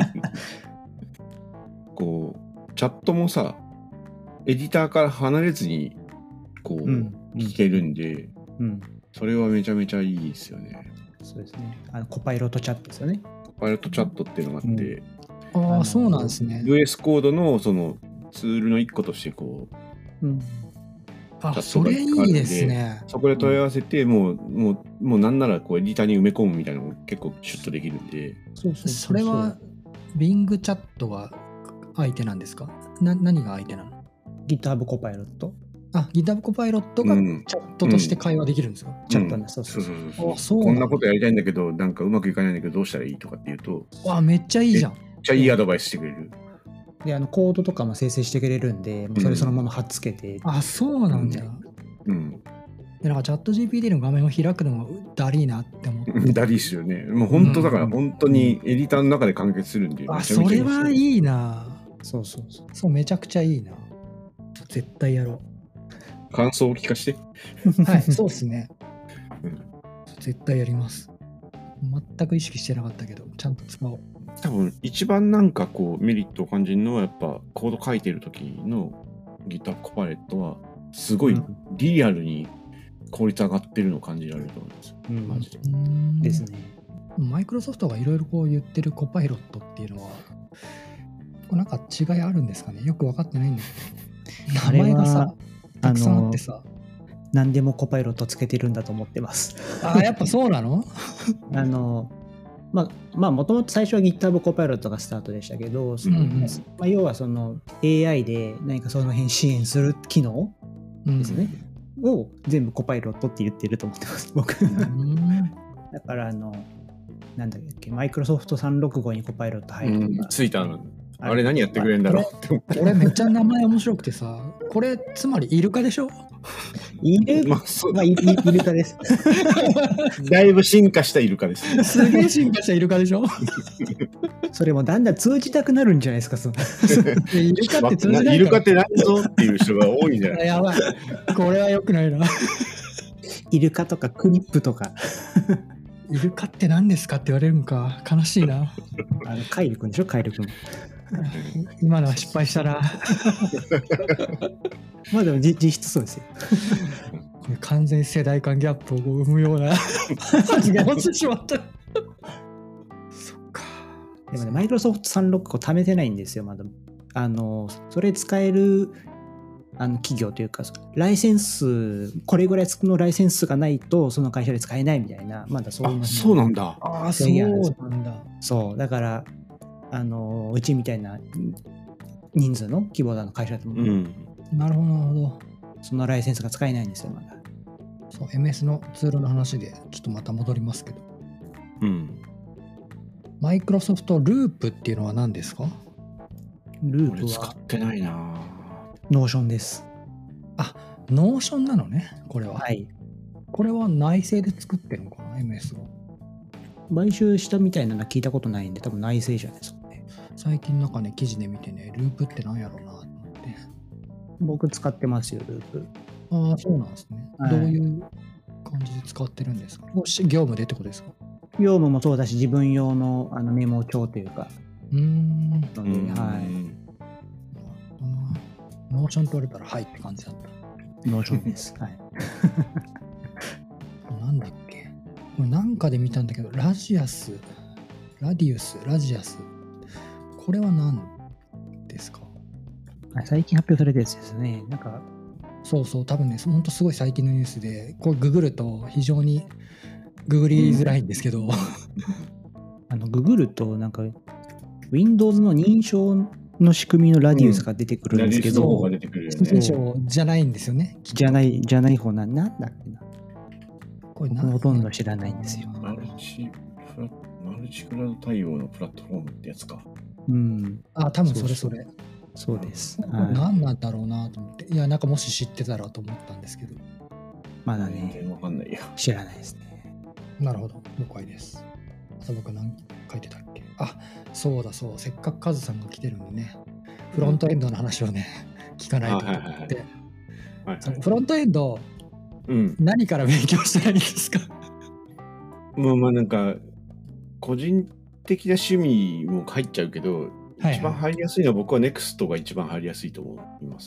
こうチャットもさエディターから離れずにこう、聞けるんで、それはめちゃめちゃいいですよね。 そうですね。コパイロットチャットですよね。 コパイロットチャットっていうのがあって、 そうなんですね。 VS コードのそのツールの一個としてこう、 それいいですね。 そこで問い合わせて、もうなんならこうエディターに埋め込むみたいなのも結構シュッとできるんで。 それは Bing チャットが相手なんですか？何が相手なの？ GitHub コパイロット。 GitHub コパイロットがチャットとして会話できるんですか？ チャットね、 そうこんなことやりたいんだけどなんかうまくいかないんだけどどうしたらいいとかって言うと、 めっちゃいいじゃん。 めっちゃいいアドバイスしてくれる。 でコードとかも生成してくれるんで、それそのまま貼っつけて。 そうなんだ。でなんかチャット GPT の画面を開くのもダリーなって思って。 ダリーっすよね。もう本当だから本当にエディターの中で完結するんで。 それはいいな。 そうめちゃくちゃいいな。絶対やろう。感想を聞かして。 はい、そうっすね。絶対やります。全く意識してなかったけどちゃんと使おう。 多分一番なんかこうメリットを感じるのはやっぱコード書いてる時の GitHub コパイロットはすごいリアルに効率上がってるのを感じられると思います。マジで。 ですね。 マイクロソフトがいろいろこう言ってるコパイロットっていうのはなんか違いあるんですかね？よく分かってないんだけど。名前がさたくさんあってさ。 何でもコパイロットつけてるんだと思ってます。 やっぱそうなの？ もともと最初は GitHub コパイロットがスタートでしたけど、要はその AI で何かその辺支援する機能ですね、を全部コパイロットって言ってると思ってます僕。だからなんだっけ、マイクロソフト365にコパイロット入るとか、 ついたの。あれ何やってくれるんだろうって思って。 俺めっちゃ名前面白くてさ、これつまりイルカでしょ？ イルカです。 だいぶ進化したイルカです。 すげえ進化したイルカでしょ？ それもだんだん通じたくなるんじゃないですか。 イルカって通じないから。 イルカって何ぞっていう人が多いんじゃない？ やばい。これは良くないな。 イルカとかクリップとか。 イルカって何ですかって言われるんか。悲しいな。 カイル君でしょ、カイル君。 今のは失敗したな。 まあでも実質そうですよ。 完全世代間ギャップを生むような発言をしてしまった。そっか。 でもね、マイクロソフト365貯めてないんですよ、まだ。それ使える企業というか、ライセンス、これぐらいのライセンスがないと、その会社で使えないみたいな、まだそういうの。 そうなんだ。 そうなんだ。 そう、だから、うちみたいな人数の規模の会社でも、 なるほど、なるほど。 そのライセンスが使えないんですよ、まだ。 そう、MS のツールの話で、ちょっとまた戻りますけど。マイクロソフトループっていうのは何ですか？ ループは使ってないな。 ノーションです。 ノーションなのね、これは。 はい。 これは内製で作ってるのかな、MS が。 買収したみたいなのは聞いたことないんで、多分内製じゃないですかね。 最近なんかね、記事で見てね、ループって何やろうなと思って。 僕使ってますよ、ループ。 そうなんですね。どういう感じで使ってるんですか？業務でってことですか？ 業務もそうだし、自分用のメモ帳というか、 ので、 うんはい。 ノーションと言われたらはいって感じだった。 ノーションです。はい。 なんだっけ、これなんかで見たんだけど、ラジアス、ラジアス、これは何ですか？ 最近発表されたやつですね。なんか、 そうそう、多分ね、ほんとすごい最近のニュースで、これググると非常にググりづらいんですけど、 ググると、なんか、Windows の認証の仕組みのラディウスが出てくるんですけど、 ラディウスの方が出てくるよ認ね。 証じゃないんですよね。 じゃない方なんだっけな。 これ僕もほとんど知らないんですよ。 マルチクラウド対応のプラットフォームってやつか。 うん。 あ、多分それ。 そうです。 これ何なんだろうなと思って、いや、なんかもし知ってたらと思ったんですけど。 まだ全ね、 然わかんないよ。 知らないですね。 なるほど、了解です。あと僕何書いてたっけ？あ、そうだ、せっかくカズさんが来てるんでね、フロントエンドの話をね、聞かないとと思って。そのフロントエンド、何から勉強したらいいですか？ もうまあなんか、個人的な趣味も入っちゃうけど、一番入りやすいのは僕は NEXT が一番入りやすいと思います。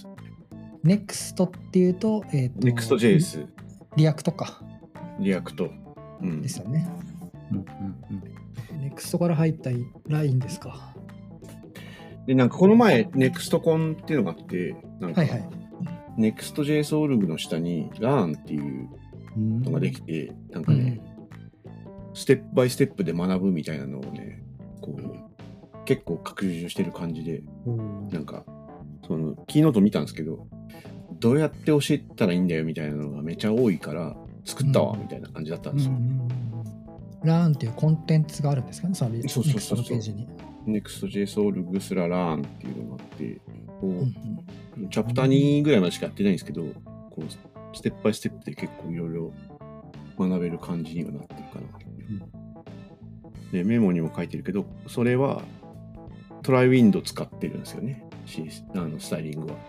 NEXT っていうと、 Next.js。 リアクトか。 リアクト。 ですよね。NEXT から入ったらいいんですか。 で、なんかこの前 NEXTCon っていうのがあって、なんか、Next.js オルグの下に Learn っていうのができて、なんかね、ステップバイステップで学ぶみたいなのをね、こう、結構拡充してる感じで、なんか、その、キーノート見たんですけど、どうやって教えたらいいんだよみたいなのがめちゃ多いから、作ったわみたいな感じだったんですよ。 ラーンっていうコンテンツがあるんですかね、その NEXT のページに。 Next.js オルグすら Learn っていうのがあって、こう、チャプター2ぐらいまでしかやってないんですけど、こう、ステップバイステップで結構いろいろ学べる感じにはなってるかな。で、メモにも書いてるけど、それはトライウィンド使ってるんですよね。スタイリングは。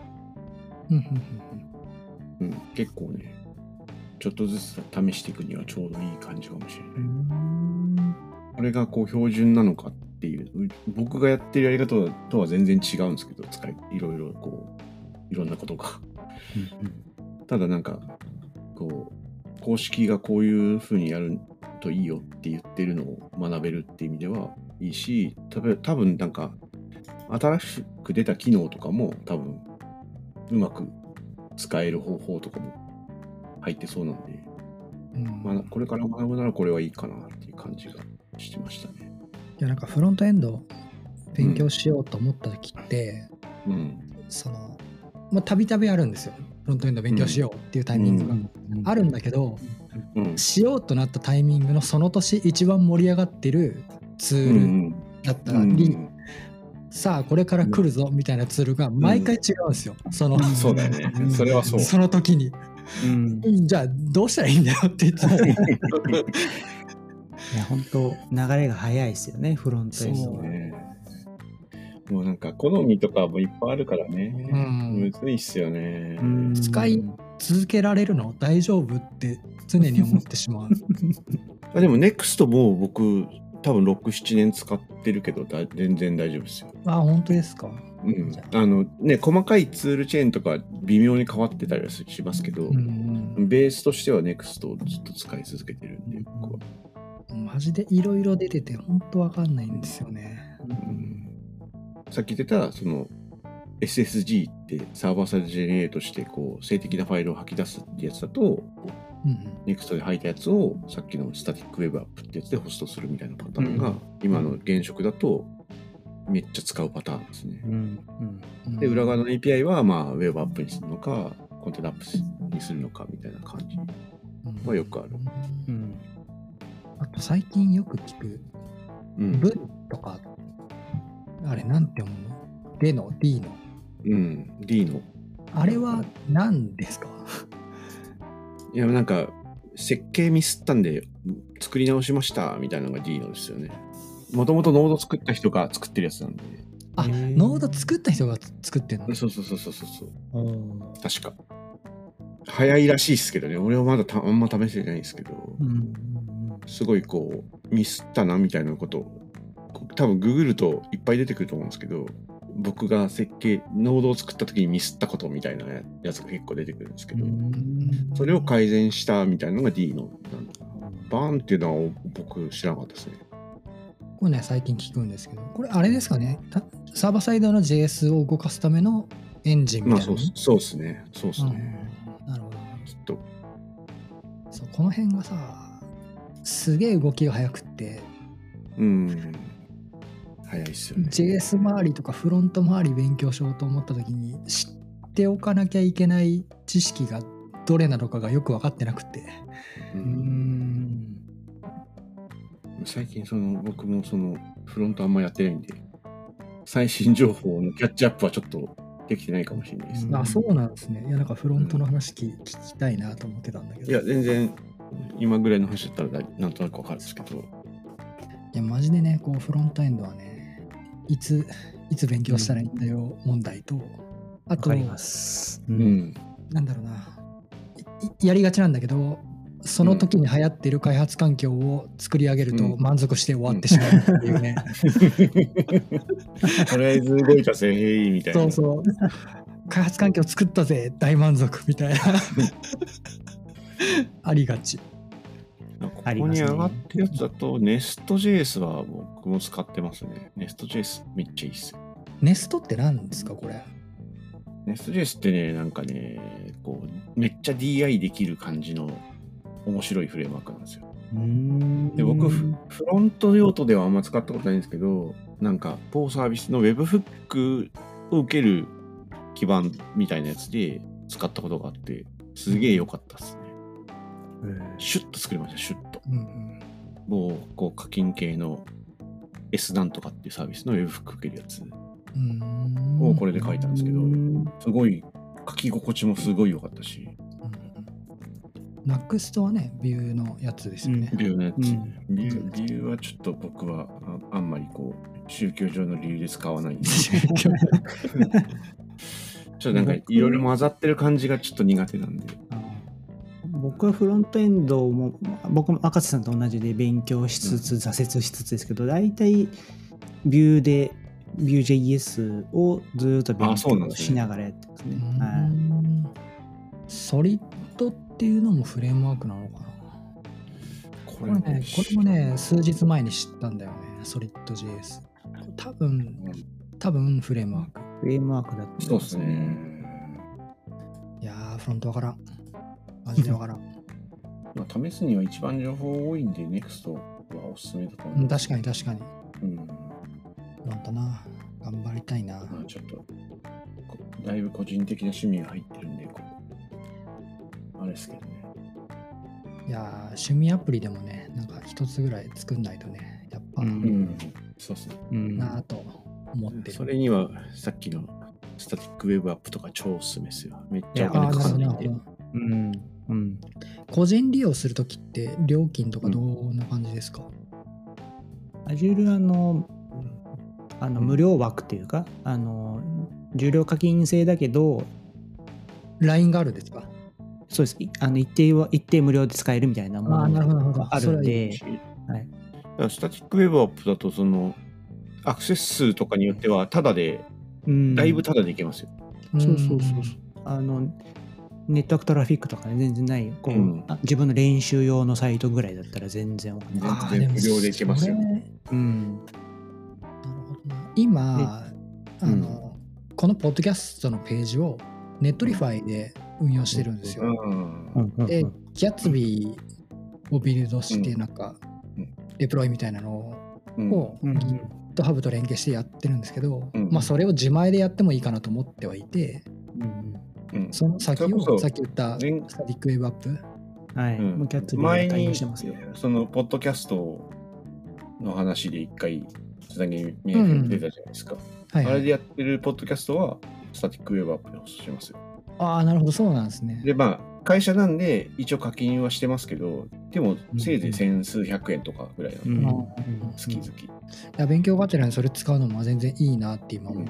結構ね、ちょっとずつ試していくにはちょうどいい感じかもしれない。これがこう標準なのかっていう、僕がやってるやり方とは全然違うんですけど、いろいろこう、いろんなことが。ただなんか、こう、公式がこういう風にやるといいよって言ってるのを学べるっていう意味ではいいし、多分なんか、新しく出た機能とかも多分、うまく使える方法とかも入ってそうなんで、これから学ぶならこれはいいかなっていう感じがしてましたね。 いや、なんかフロントエンド勉強しようと思った時って、その、たびたびあるんですよ。フロントエンド勉強しようっていうタイミングがあるんだけど、しようとなったタイミングのその年一番盛り上がってるツールだったり、さあこれから来るぞみたいなツールが毎回違うんですよ。 そうだよね。それはそう。 その時に。じゃあどうしたらいいんだよって言ってた。いや本当流れが早いですよね、フロントエンドは。 もうなんか好みとかもいっぱいあるからね。むずいっすよね。 使い続けられるの大丈夫って常に思ってしまう。でも NEXT も僕多分6、7年使ってるけど全然大丈夫ですよ。 あ、本当ですか。 細かいツールチェーンとか微妙に変わってたりはしますけど、ベースとしては NEXT をずっと使い続けてるんで、僕は。 マジでいろいろ出てて本当わかんないんですよね。 さっき言ってたその SSG ってサーバーサイドジェネレートしてこう静的なファイルを吐き出すってやつだと、NEXT で吐いたやつをさっきのスタティックウェブアップってやつでホストするみたいなパターンが、今の現職だとめっちゃ使うパターンですね。で、裏側の API はウェブアップにするのか、コンテナアップにするのかみたいな感じはよくある。 あと最近よく聞く、文とか、あれなんて読むの？D の D の。 あれは何ですか？ いや、なんか、設計ミスったんで作り直しましたみたいなのが D のですよね。もともとノード作った人が作ってるやつなんで。 あ、ノード作った人が作ってるの？ そう。確か。早いらしいですけどね。俺はまだあんま試してないですけど、すごいこう、ミスったなみたいなことを多分ググるといっぱい出てくると思うんですけど、僕がノードを作った時にミスったことみたいなやつが結構出てくるんですけど、それを改善したみたいなのが D のバーンっていうのは僕知らなかったですね。 これね、最近聞くんですけど、これあれですかね、サーバーサイドの JS を動かすためのエンジンみたいな。 そうですね。そうですね。 なるほど。 きっと。 そう、この辺がさ、すげえ動きが速くって、 早いっすよね。 JS 周りとかフロント周り勉強しようと思った時に知っておかなきゃいけない知識がどれなのかがよく分かってなくて。 最近僕もフロントあんまやってないんで、最新情報のキャッチアップはちょっとできてないかもしれないですね。 あ、そうなんですね。いや、なんかフロントの話聞きたいなと思ってたんだけど。 いや、全然今ぐらいの話だったらなんとなくわかるんですけど。 いや、マジでね、こうフロントエンドはね、いつ勉強したらいいんだよ問題と、あと、 なんだろうな、やりがちなんだけど、その時に流行ってる開発環境を作り上げると満足して終わってしまうっていうね。 とりあえず動いたぜ、へいみたいな。 そうそう。開発環境作ったぜ、大満足みたいな。ありがち。 ここに上がってるやつだと、Nest.js は僕も使ってますね。Nest.js めっちゃいいっすよ。 ネストって何ですか、これ。 Nest.js ってね、なんかね、こう、めっちゃ DI できる感じの面白いフレームワークなんですよ。で、僕、フロント用途ではあんま使ったことないんですけど、なんか、某サービスの Webhook を受ける基盤みたいなやつで使ったことがあって、すげえ良かったですね。シュッと作りました、シュッと。もう、こう、課金系の S なんとかっていうサービスの Webhook 受けるやつをこれで書いたんですけど、すごい、書き心地もすごい良かったし。 Next はね、ビューのやつですよね。 ビューのやつ。ビューはちょっと僕はあんまりこう、宗教上の理由で使わないんで。ちょっとなんかいろいろ混ざってる感じがちょっと苦手なんで。 僕はフロントエンドも、僕も赤瀬さんと同じで勉強しつつ、挫折しつつですけど、大体ビューで、Vue.js をずっと勉強しながらやってますね。 ソリッドっていうのもフレームワークなのかな。これもね、数日前に知ったんだよね、ソリッド JS。多分フレームワーク。 フレームワークだった。 そうですね。 いやー、フロントわからん。マジでわからん。 まあ、試すには一番情報多いんで、NEXT はおすすめだと思う。 確かに。フロントな。頑張りたいな。 まあ、ちょっと、だいぶ個人的な趣味が入ってるんで、あれですけどね。 いやー、趣味アプリでもね、なんか一つぐらい作んないとね、やっぱ、 そうっすね。 なぁと思ってる。 それには、さっきのスタティックウェブアップとか超おすすめですよ。めっちゃお金かかんないんで。 個人利用するときって料金とかどんな感じですか ？Azure 無料枠っていうか、重量課金制だけど、 LINE があるんですか？ そうです。一定無料で使えるみたいなものがあるんで、 スタティックウェブアップだと、アクセス数とかによっては、タダで、だいぶタダでいけますよ。 そう。ネットワークトラフィックとかね、全然ない。自分の練習用のサイトぐらいだったら全然無料でいけますよ。 なるほどな。今、このポッドキャストのページをネットリファイで運用してるんですよ。で、ギャツビーをビルドして、なんか、デプロイみたいなのを GitHub と連携してやってるんですけど、まあそれを自前でやってもいいかなと思ってはいて、その先をさっき言ったスタティックウェブアップ、 もうギャツビー前にそのポッドキャストの話で一回つなぎ見えてたじゃないですか。あれでやってるポッドキャストはスタティックウェブアップでおすすめしますよ。 ああ、なるほど、そうなんですね。 で、まあ、会社なんで一応課金はしてますけど、でもせいぜい千数百円とかぐらいなので、月々。いや、勉強がてらにそれ使うのも全然いいなって今思って。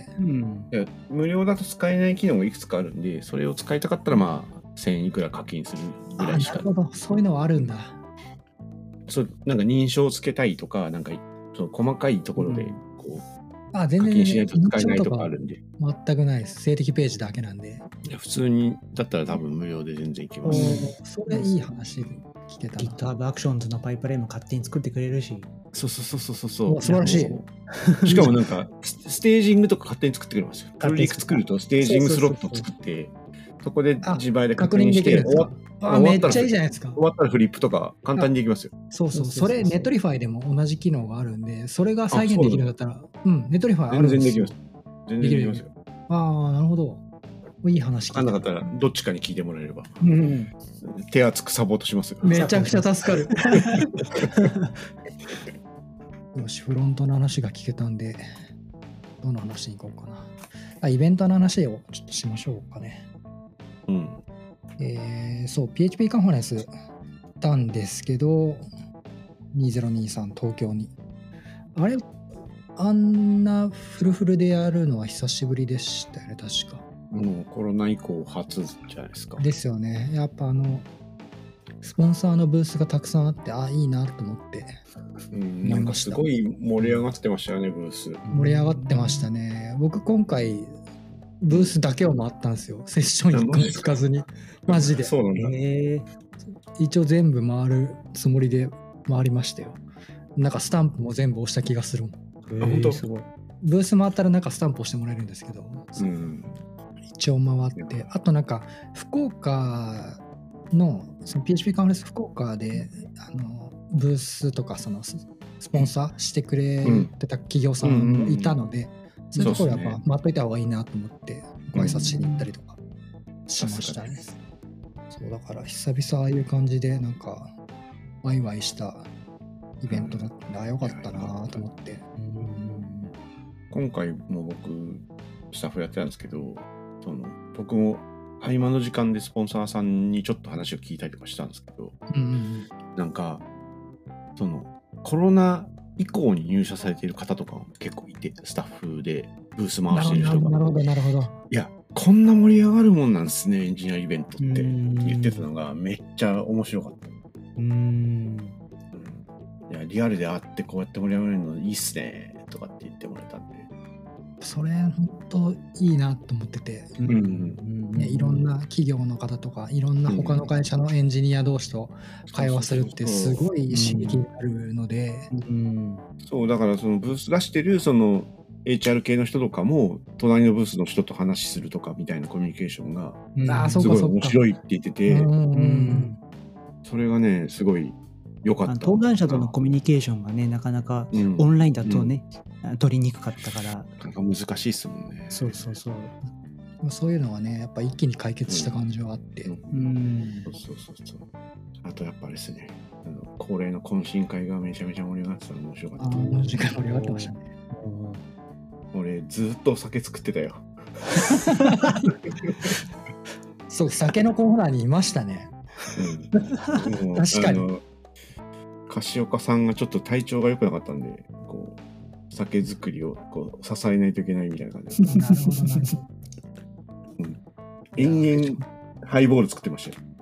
いや、無料だと使えない機能がいくつかあるんで、それを使いたかったら、まあ、1000いくら課金するぐらいしか。 なるほど、そういうのはあるんだ。 なんか認証をつけたいとか、なんかその細かいところでうんこあ、全然課金しないと使えないとかあるんで、 全くないです。静的ページだけなんで。 いや普通にだったら多分無料で全然いけます。 それいい話聞けたな。 GitHub Actions のパイプラインも勝手に作ってくれるし。 そうそうお素晴らしい。 しかもなんかステージングとか勝手に作ってくれますよ。プロリク作るとステージングスロット作ってそこで自前で確認して確認できるんですか？めっちゃいいじゃないですか。 終わったらフリップとか簡単にできますよ。 そう。それネットリファイでも同じ機能があるんで、それが再現できるんだったら、ネットリファイあるんですよ。 全然できます。全然できますよ。 ああ、なるほど。いい話聞いた。 分かんなかったらどっちかに聞いてもらえれば、手厚くサポートしますよ。 めちゃくちゃ助かる。よし、フロントの話が聞けたんで、どの話に行こうかな。イベントの話をちょっとしましょうかね。そう、PHP カンファレンス行ったんですけど、2023東京に。あれ、あんなフルフルでやるのは久しぶりでしたよね、確か。 もうコロナ以降初じゃないですか。 ですよね。やっぱスポンサーのブースがたくさんあって、いいなと思って。 なんかすごい盛り上がってましたよね、ブース。 盛り上がってましたね。僕今回、ブースだけを回ったんですよ。セッション1個もつかずに。マジで。 そうなんだ。 一応全部回るつもりで回りましたよ。なんかスタンプも全部押した気がするもん。 本当？ すごい。ブース回ったらなんかスタンプ押してもらえるんですけど、一応回って、あとなんか福岡のその PHP カンファレンス福岡でブースとかそのスポンサーしてくれてた企業さんもいたので、そういうところやっぱ回っといた方がいいなと思ってご挨拶しに行ったりとかしましたね。そうだから久々ああいう感じでなんかワイワイしたイベントだったんで、よかったなと思って。 今回も僕スタッフやってたんですけど、僕も合間の時間でスポンサーさんにちょっと話を聞いたりとかしたんですけど、なんかコロナ以降に入社されている方とかも結構いて、スタッフでブース回している人が、 なるほど。いやこんな盛り上がるもんなんですね、エンジニアイベントって言ってたのがめっちゃ面白かった。いやリアルで会ってこうやって盛り上がるのいいっすねとかって言ってもらえたんで、 それ本当いいなと思ってて、いろんな企業の方とかいろんな他の会社のエンジニア同士と会話するってすごい刺激になるので、 そうだからそのブース出してるその HR 系の人とかも隣のブースの人と話するとかみたいなコミュニケーションがすごい面白いって言ってて、それがねすごい良かった。 登壇者とのコミュニケーションがねなかなかオンラインだとね、取りにくかったから難しいですもんね。 そういうのはねやっぱ一気に解決した感じはあって、 あとやっぱですね、恒例の懇親会がめちゃめちゃ盛り上がってたの面白かった。 懇親会盛り上がってましたね。 俺ずっとお酒作ってたよ。 そう酒のコーナーにいましたね。確かに。 樫岡さんがちょっと体調が良くなかったんで、こう酒造りをこう支えないといけないみたいな感じで。 なるほどなるほど。 延々ハイボール作ってましたよ。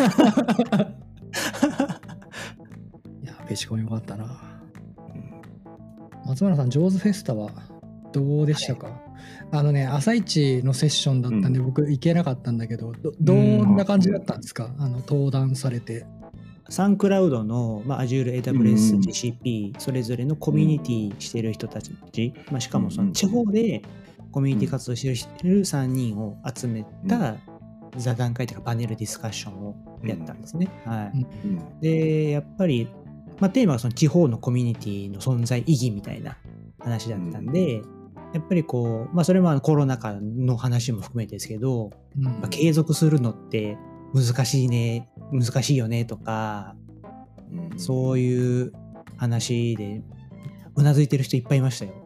いやペチコン良かったな。松村さん、ジョーズフェスタはどうでしたか？朝一のセッションだったんで、僕行けなかったんだけど、どんな感じだったんですか？登壇されて。 サンクラウドの、Azure、AWS、GCP それぞれのコミュニティしてる人たち、しかもその地方でコミュニティ活動してる3人を集めた座談会というかパネルディスカッションをやったんですね。でやっぱり、テーマはその地方のコミュニティの存在意義みたいな話だったんで、やっぱりこう、それもコロナ禍の話も含めてですけど、継続するのって難しいよねとか、そういう話でうなずいてる人いっぱいいましたよ。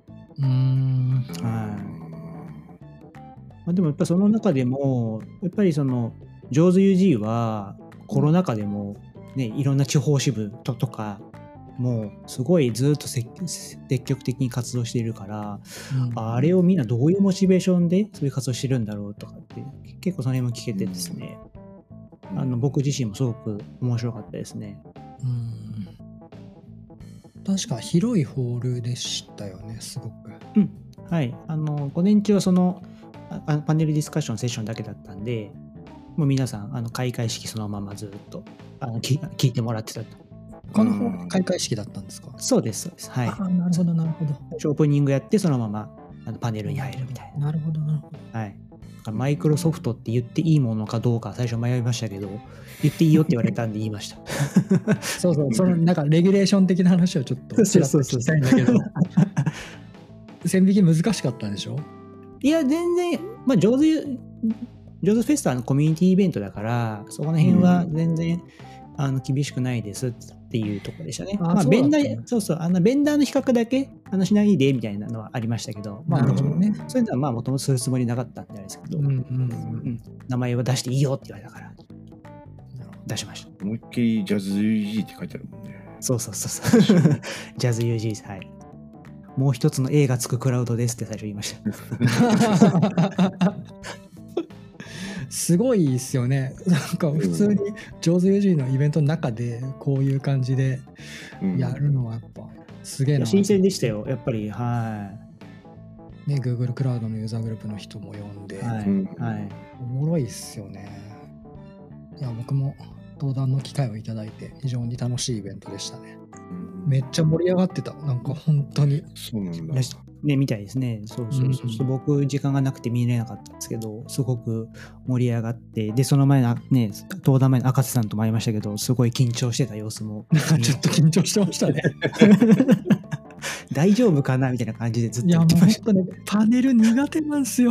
でもやっぱりその中でもやっぱりそのジョーズ UG はコロナ禍でもね、いろんな地方支部とかもうすごいずっと積極的に活動しているから、あれをみんなどういうモチベーションでそういう活動してるんだろうとかって結構その辺も聞けてですね、僕自身もすごく面白かったですね。 確か広いホールでしたよね、すごく。 はい。午前中はそのパネルディスカッションセッションだけだったんで、もう皆さん開会式そのままずっと聞いてもらってたと。 このホール開会式だったんですか？ そうですそうです。はい。 なるほどなるほど。 オープニングやってそのままパネルに入るみたいな。 なるほどなるほど。 はい。マイクロソフトって言っていいものかどうか最初迷いましたけど、言っていいよって言われたんで言いました。 そうそう、そのなんかレギュレーション的な話をちょっとちらっと聞きたいんだけど、線引き難しかったんでしょ？ いや全然、ジョーズフェスタのコミュニティイベントだから、そこの辺は全然、厳しくないですっていうところでしたね。ベンダー、ベンダーの比較だけしないでみたいなのはありましたけど、 なるほどね。 そういうのはもともとするつもりなかったんであれですけど、名前を出していいよって言われたから出しました。 思いっきりジャズ UG って書いてあるもんね。 そうジャズ UG です。はい。もう一つの A がつくクラウドですって最初言いました。 すごいですよね。なんか普通にジョーズ UG のイベントの中でこういう感じでやるのはやっぱすげえな。 新鮮でしたよ、やっぱり。はい。 ね、Google クラウドのユーザーグループの人も呼んで、おもろいっすよね。いや、僕も登壇の機会をいただいて非常に楽しいイベントでしたね。めっちゃ盛り上がってた。なんか本当に。 そうなんだ。 ね、みたいですね。そう僕時間がなくて見れなかったんですけど、すごく盛り上がって、でその前のね、登壇前の赤瀬さんとも会いましたけど、すごい緊張してた様子もちょっと緊張してましたね。 大丈夫かなみたいな感じでずっと言ってました。 いやもう本当ね、パネル苦手なんですよ。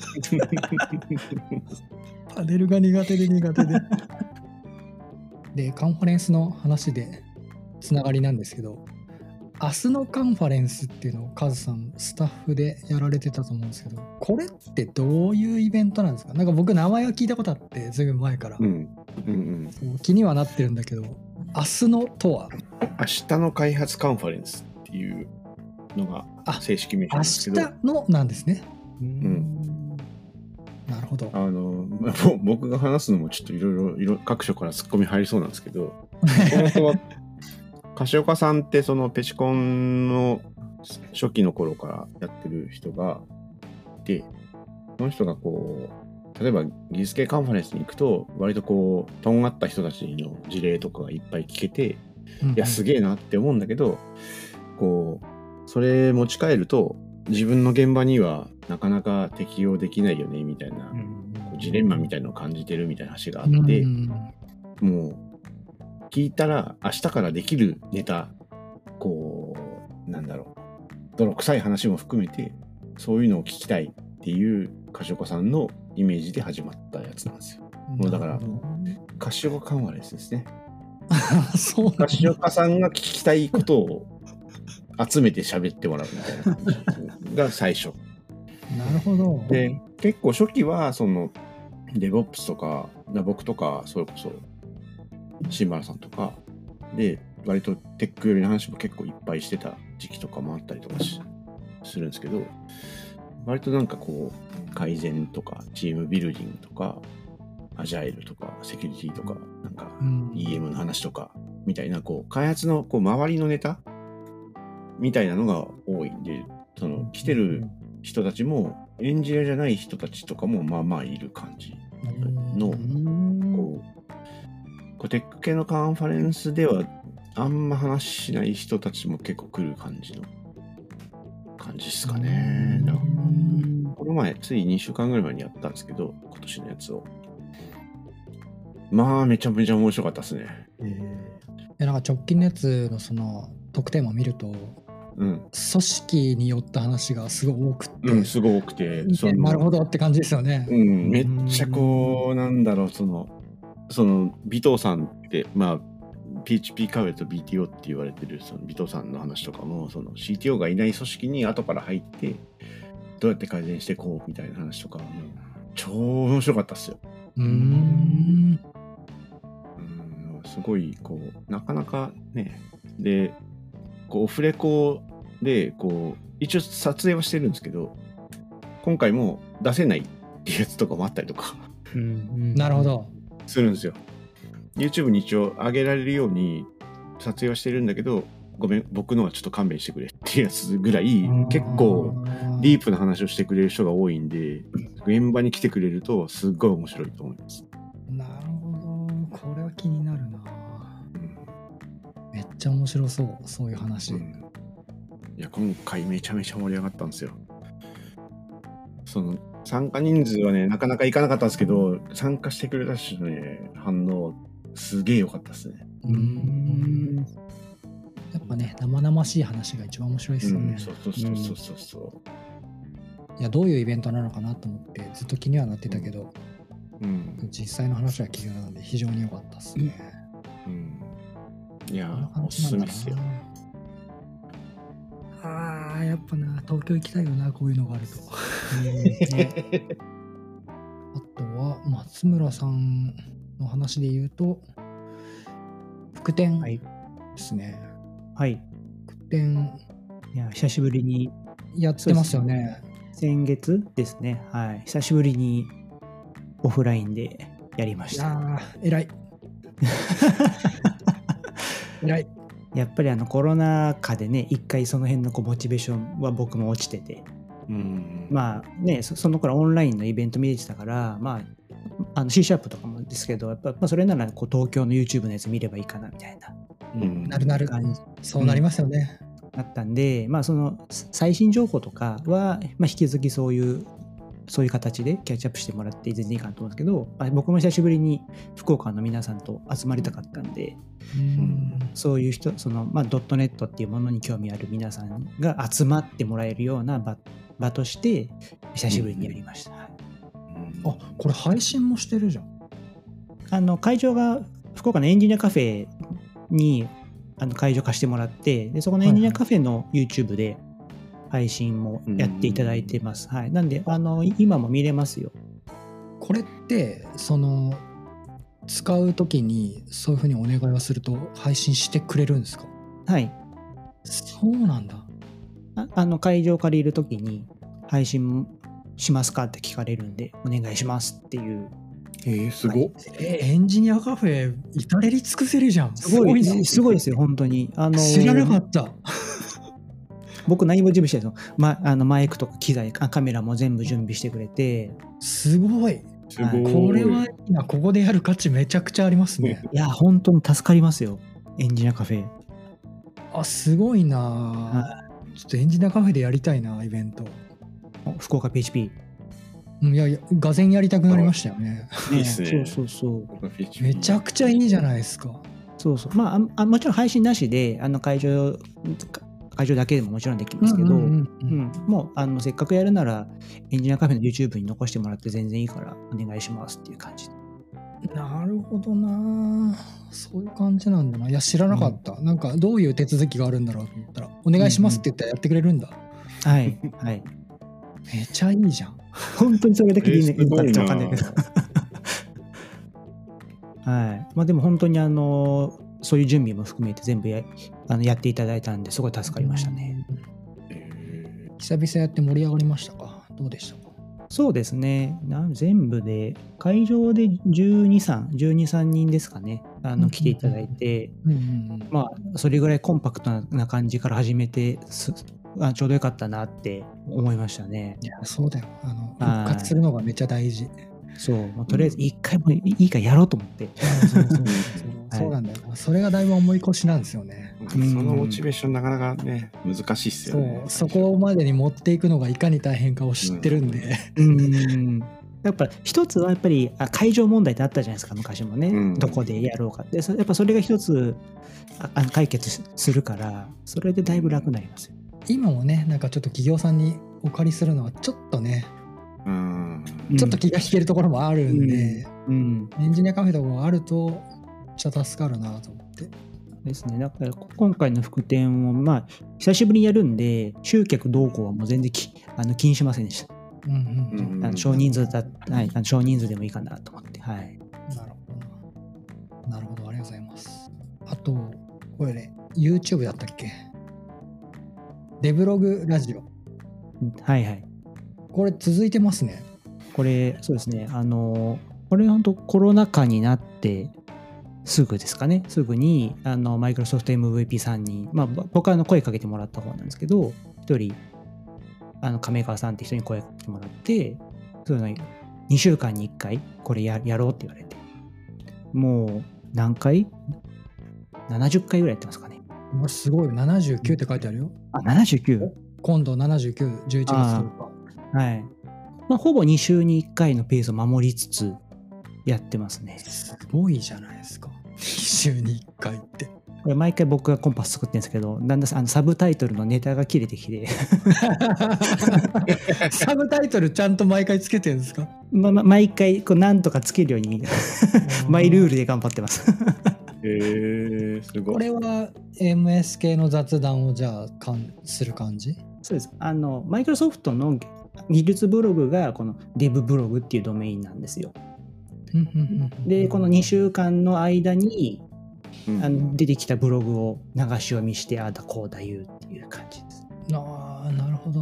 パネルが苦手で。で、カンファレンスの話でつながりなんですけど、明日のカンファレンスっていうのをカズさんスタッフでやられてたと思うんですけど、これってどういうイベントなんですか？なんか僕名前は聞いたことあってずいぶん前から、気にはなってるんだけど、明日のとは明日の開発カンファレンスっていうのが正式名称なんですけど、 明日のなんですね。なるほど。 僕が話すのもちょっといろいろ各所からツッコミ入りそうなんですけど、樫岡さんってそのペチコンの初期の頃からやってる人がいて、その人がこう例えば技術系カンファレンスに行くと割とこうとんがった人たちの事例とかがいっぱい聞けて、いやすげえなって思うんだけど、こうそれ持ち帰ると自分の現場にはなかなか適用できないよねみたいな、ジレンマみたいなのを感じてるみたいな話があって、もう聞いたら明日からできるネタ、こうなんだろう、泥臭い話も含めてそういうのを聞きたいっていう樫岡さんのイメージで始まったやつなんですよ。もうだから樫岡カンファレンスですね。樫岡さんが聞きたいことを集めて喋ってもらうみたいな感じが最初。 なるほど。 で結構初期はそのDevOps とか僕とかそれこそ新原さんとかで割とテック寄りの話も結構いっぱいしてた時期とかもあったりとかするんですけど、割となんかこう改善とかチームビルディングとかアジャイルとかセキュリティとかなんか EM の話とかみたいなこう開発のこう周りのネタみたいなのが多いんで、その来てる人たちもエンジニアじゃない人たちとかもまあまあいる感じのこうテック系のカンファレンスではあんま話しない人たちも結構来る感じですかね。この前つい2週間ぐらい前にやったんですけど、今年のやつをまあめちゃめちゃ面白かったですね。 なんか直近のやつのその特典を見ると、組織によった話がすごい多くて、 すごい多くて、 なるほどって感じですよね。 めっちゃこうなんだろう、その尾藤さんってまあ PHP カフェと BTO って言われてるその尾藤さんの話とかも、その CTO がいない組織に後から入ってどうやって改善していこうみたいな話とかも超面白かったっすよ。すごいこうなかなかね、でこうオフレコでこう一応撮影はしてるんですけど、今回も出せないっていうやつとかもあったりとかなるほどするんですよ。YouTube に一応上げられるように撮影はしてるんだけど、 ごめん、僕のはちょっと勘弁してくれっていうやつぐらい、結構ディープな話をしてくれる人が多いんで、現場に来てくれるとすっごい面白いと思います。 なるほど、これは気になるな。めっちゃ面白そう、そういう話。 いや、今回めちゃめちゃ盛り上がったんですよ。その参加人数はね、なかなかいかなかったんですけど、参加してくれた人のね、反応、すげえ良かったですね。 やっぱね、生々しい話が一番面白いですよね。 そう。 いや、どういうイベントなのかなと思ってずっと気にはなってたけど、実際の話は聞けたので非常に良かったですね。 いや、おすすめですよ。 やっぱな、東京行きたいよな、こういうのがあると。あとは松村さんの話で言うと、副展ですね。 はい。 副展、 いや、久しぶりにやってますよね。 先月ですね。はい。久しぶりにオフラインでやりました。 偉い。偉い。 やっぱりコロナ禍でね、一回その辺のモチベーションは僕も落ちてて、まあね、その頃オンラインのイベント見れてたから、まあC#とかもですけど、やっぱそれなら東京の YouTube のやつ見ればいいかなみたいな、 なるそうなりますよね。 あったんで、まあその最新情報とかは、引き続きそういう形でキャッチアップしてもらって全然いいかなと思うんですけど、僕も久しぶりに福岡の皆さんと集まりたかったんで、そういう人、ドットネットっていうものに興味ある皆さんが集まってもらえるような場として久しぶりにやりました。 これ配信もしてるじゃん。 会場が福岡のエンジニアカフェに会場貸してもらって、でそこのエンジニアカフェの YouTube で配信もやっていただいてます。なんで今も見れますよ。 これって使うときにそういうふうにお願いをすると配信してくれるんですか？ はい。 そうなんだ。 会場借りるときに配信しますかって聞かれるんで、お願いしますっていう。 すごっ。 エンジニアカフェ至れり尽くせるじゃん。 すごいですよ、本当に。 知らなかった。 僕何も準備してないの。マイクとか機材、カメラも全部準備してくれて。 すごい。これはいいな。ここでやる価値めちゃくちゃありますね。 いや、本当に助かりますよ。エンジニアカフェ。 すごいな。ちょっとエンジニアカフェでやりたいな、イベント。 福岡 PHP。 いや、がぜんやりたくなりましたよね。 いいっすね。 そう。 めちゃくちゃいいじゃないですか。 そう。もちろん配信なしで、会場だけでももちろんできますけど、もうせっかくやるならエンジニアカフェの YouTube に残してもらって全然いいからお願いしますっていう感じ。 なるほどな。そういう感じなんだな。いや、知らなかった。なんかどういう手続きがあるんだろうと思ったら、お願いしますって言ったらやってくれるんだ。 はい。 めちゃいいじゃん。 本当にそれだけでいいね。よかったわかんないけど。でも本当にそういう準備も含めて全部やっていただいたんですごい助かりましたね。 久々やって盛り上がりましたか？どうでしたか？ そうですね。全部で会場で12、13人ですかね。来ていただいて、それぐらいコンパクトな感じから始めてちょうどよかったなって思いましたね。 いや、そうだよ。復活するのがめっちゃ大事。 もうとりあえず一回もいいからやろうと思って。 そうなんだよ。それがだいぶ重い腰なんですよね。 そのモチベーションなかなかね、難しいっすよね。 そこまでに持っていくのがいかに大変かを知ってるんで。 やっぱ一つはやっぱり会場問題ってあったじゃないですか、昔もね。どこでやろうかって。やっぱそれが一つ解決するから、それでだいぶ楽になりますよ。 今もね、なんかちょっと企業さんにお借りするのはちょっとね、ちょっと気が引けるところもあるんで、エンジニアカフェとかがあるとめっちゃ助かるなと思ってですね。だから今回の副展を久しぶりにやるんで、集客動向はもう全然気にしませんでした。少人数少人数でもいいかなと思って。 なるほど、ありがとうございます。あとこれね、YouTube だったっけ？デブログラジオ。これ続いてますね。 これそうですね。これ本当コロナ禍になってすぐですかね。すぐに、マイクロソフト MVP3 人、僕は声かけてもらった方なんですけど、一人、亀川さんって人に声かけてもらって、そういうの2週間に1回、これやろうって言われて。もう、何回 ?70 回ぐらいやってますかね。 すごい、79って書いてあるよ。 79? 今度79、11月10日。 はい。ほぼ2週に1回のペースを守りつつやってますね。 すごいじゃないですか。2週に1回って。 これ毎回僕がコンパス作ってるんですけど、だんだんサブタイトルのネタが切れてきてサブタイトルちゃんと毎回つけてるんですか？ 毎回なんとかつけるようにマイルールで頑張ってますすごい。 これは MS 系の雑談をじゃあする感じ？ そうです。マイクロソフトの技術ブログがこの Dev ブログっていうドメインなんですよ。でこの2週間の間に出てきたブログを流し読みしてああだこうだ言うっていう感じです。 ああ、なるほど。 はい。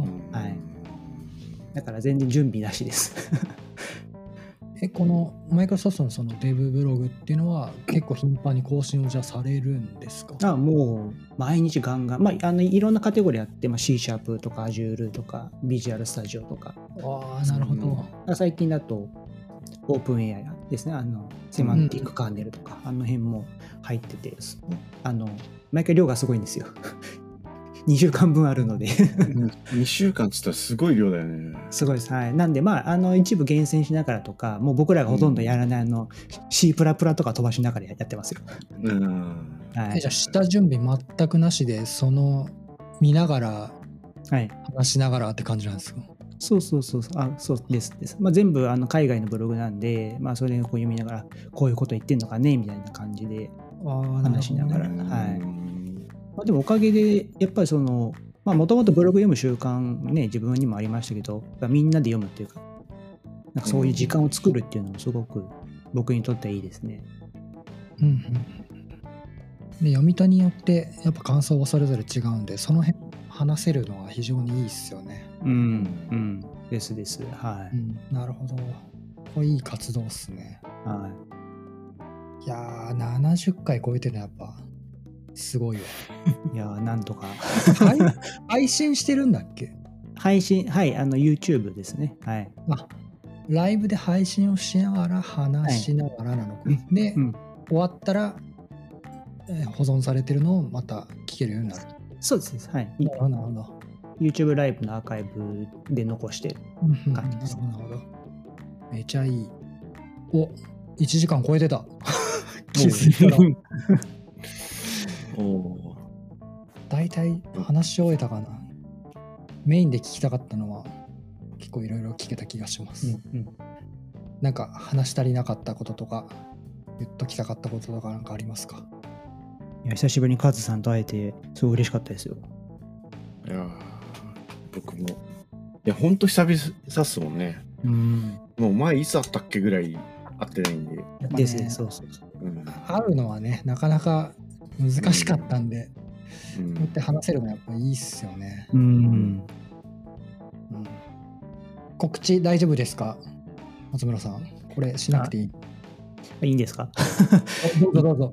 だから全然準備なしですこのマイクロソフトのそのデブブログっていうのは結構頻繁に更新をじゃあされるんですか？ もう毎日ガンガン、いろんなカテゴリーあって、C シャープとか Azure とか Visual Studio とか。 ああ、なるほど。 最近だとオープン AI ですね、セマンティックカーネルとか、あの辺も入ってて、毎回量がすごいんですよ2週間分あるので 2週間っつったらすごい量だよね。 すごいです。はい。なんで一部厳選しながらとか、もう僕らがほとんどやらないC++ とか飛ばしながらやってますよ。 はい、じゃあ下準備全くなしで見ながら、はい、話しながらって感じなんですか？ そうです。全部海外のブログなんで、それを読みながらこういうこと言ってんのかねみたいな感じで話しながら、でもおかげでやっぱりもともとブログ読む習慣ね自分にもありましたけど、みんなで読むっていうか、なんかそういう時間を作るっていうのもすごく僕にとってはいいですね。 で読み手によってやっぱ感想はそれぞれ違うんで、その辺話せるのは非常にいいですよね。 です。はい。 なるほど。これいい活動っすね。 はい。 いやー、70回超えてるのやっぱすごいわ。 いやー、なんとか配信してるんだっけ？ 配信、はい、YouTube ですね。はい。 ライブで配信をしながら話しながらなのか。で、終わったら、保存されてるのをまた聞けるようになる。 そうです。はい。 なるほど。 YouTube ライブのアーカイブで残してる感じです。 なるほど。めちゃいい。1時間超えてた。気づいたら。だいたい話し終えたかな。メインで聞きたかったのは結構いろいろ聞けた気がします。なんか話し足りなかったこととか言っときたかったこととかなんかありますか？ いや、久しぶりにカズさんと会えてすごい嬉しかったですよ。 いや僕もほんと久々っすもんね。もう前いつ会ったっけぐらい会ってないんで。 ですね。そう。 会うのはねなかなか難しかったんで、こうやって話せるのはやっぱいいっすよね。告知大丈夫ですか、松村さん？これしなくていい？ いいんですか？ どうぞ。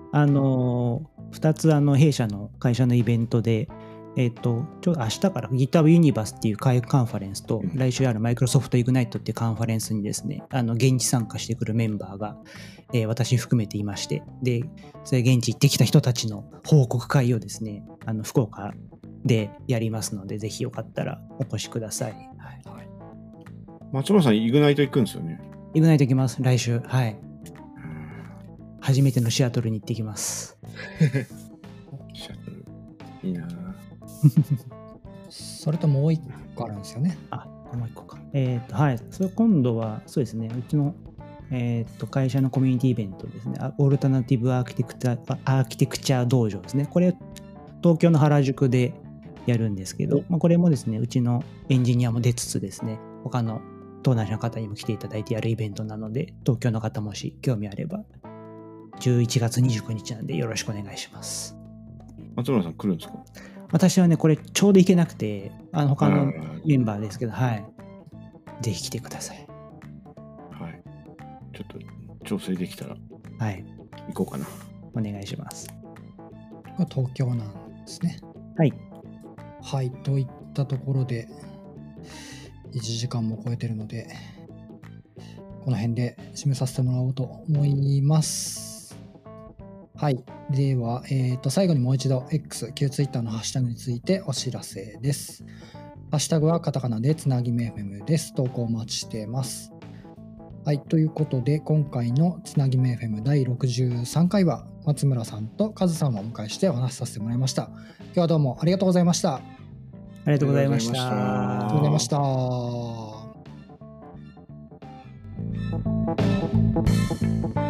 2つ弊社の会社のイベントで、明日から GitHub Universe っていうカンファレンスと、来週ある Microsoft Ignite っていうカンファレンスにですね、現地参加してくるメンバーが、私含めていまして、で、それ現地行ってきた人たちの報告会をですね、福岡でやりますので、ぜひよかったらお越しください。 松村さん、イグナイト行くんですよね？ イグナイト行きます、来週。はい。初めてのシアトルに行ってきます。 シアトルいいなそれともう一個あるんですよね。 もう一個か。はい。それ今度はそうですね。うちの会社のコミュニティイベントですね。オルタナティブアーキテクチャー道場ですね。これ東京の原宿でやるんですけど、これもですね、うちのエンジニアも出つつですね、他の東南アジアの方にも来ていただいてやるイベントなので、東京の方もし興味あれば、11月29日なんでよろしくお願いします。 松村さん来るんですか？ 私はね、これちょうど行けなくて、他のメンバーですけど、はい。ぜひ来てください。 はい。ちょっと調整できたら。 はい。 行こうかな。 お願いします。 東京なんですね。 はい。 はい、といったところで1時間も超えてるので、この辺で締めさせてもらおうと思います。はい。では、最後にもう一度 X、旧 Twitter のハッシュタグについてお知らせです。ハッシュタグはカタカナでつなぎめ FM です。投稿お待ちしています。はい。ということで、今回のつなぎめ FM 第63回は、松村さんとカズさんをお迎えしてお話しさせてもらいました。今日はどうもありがとうございました。 ありがとうございました。 ありがとうございました。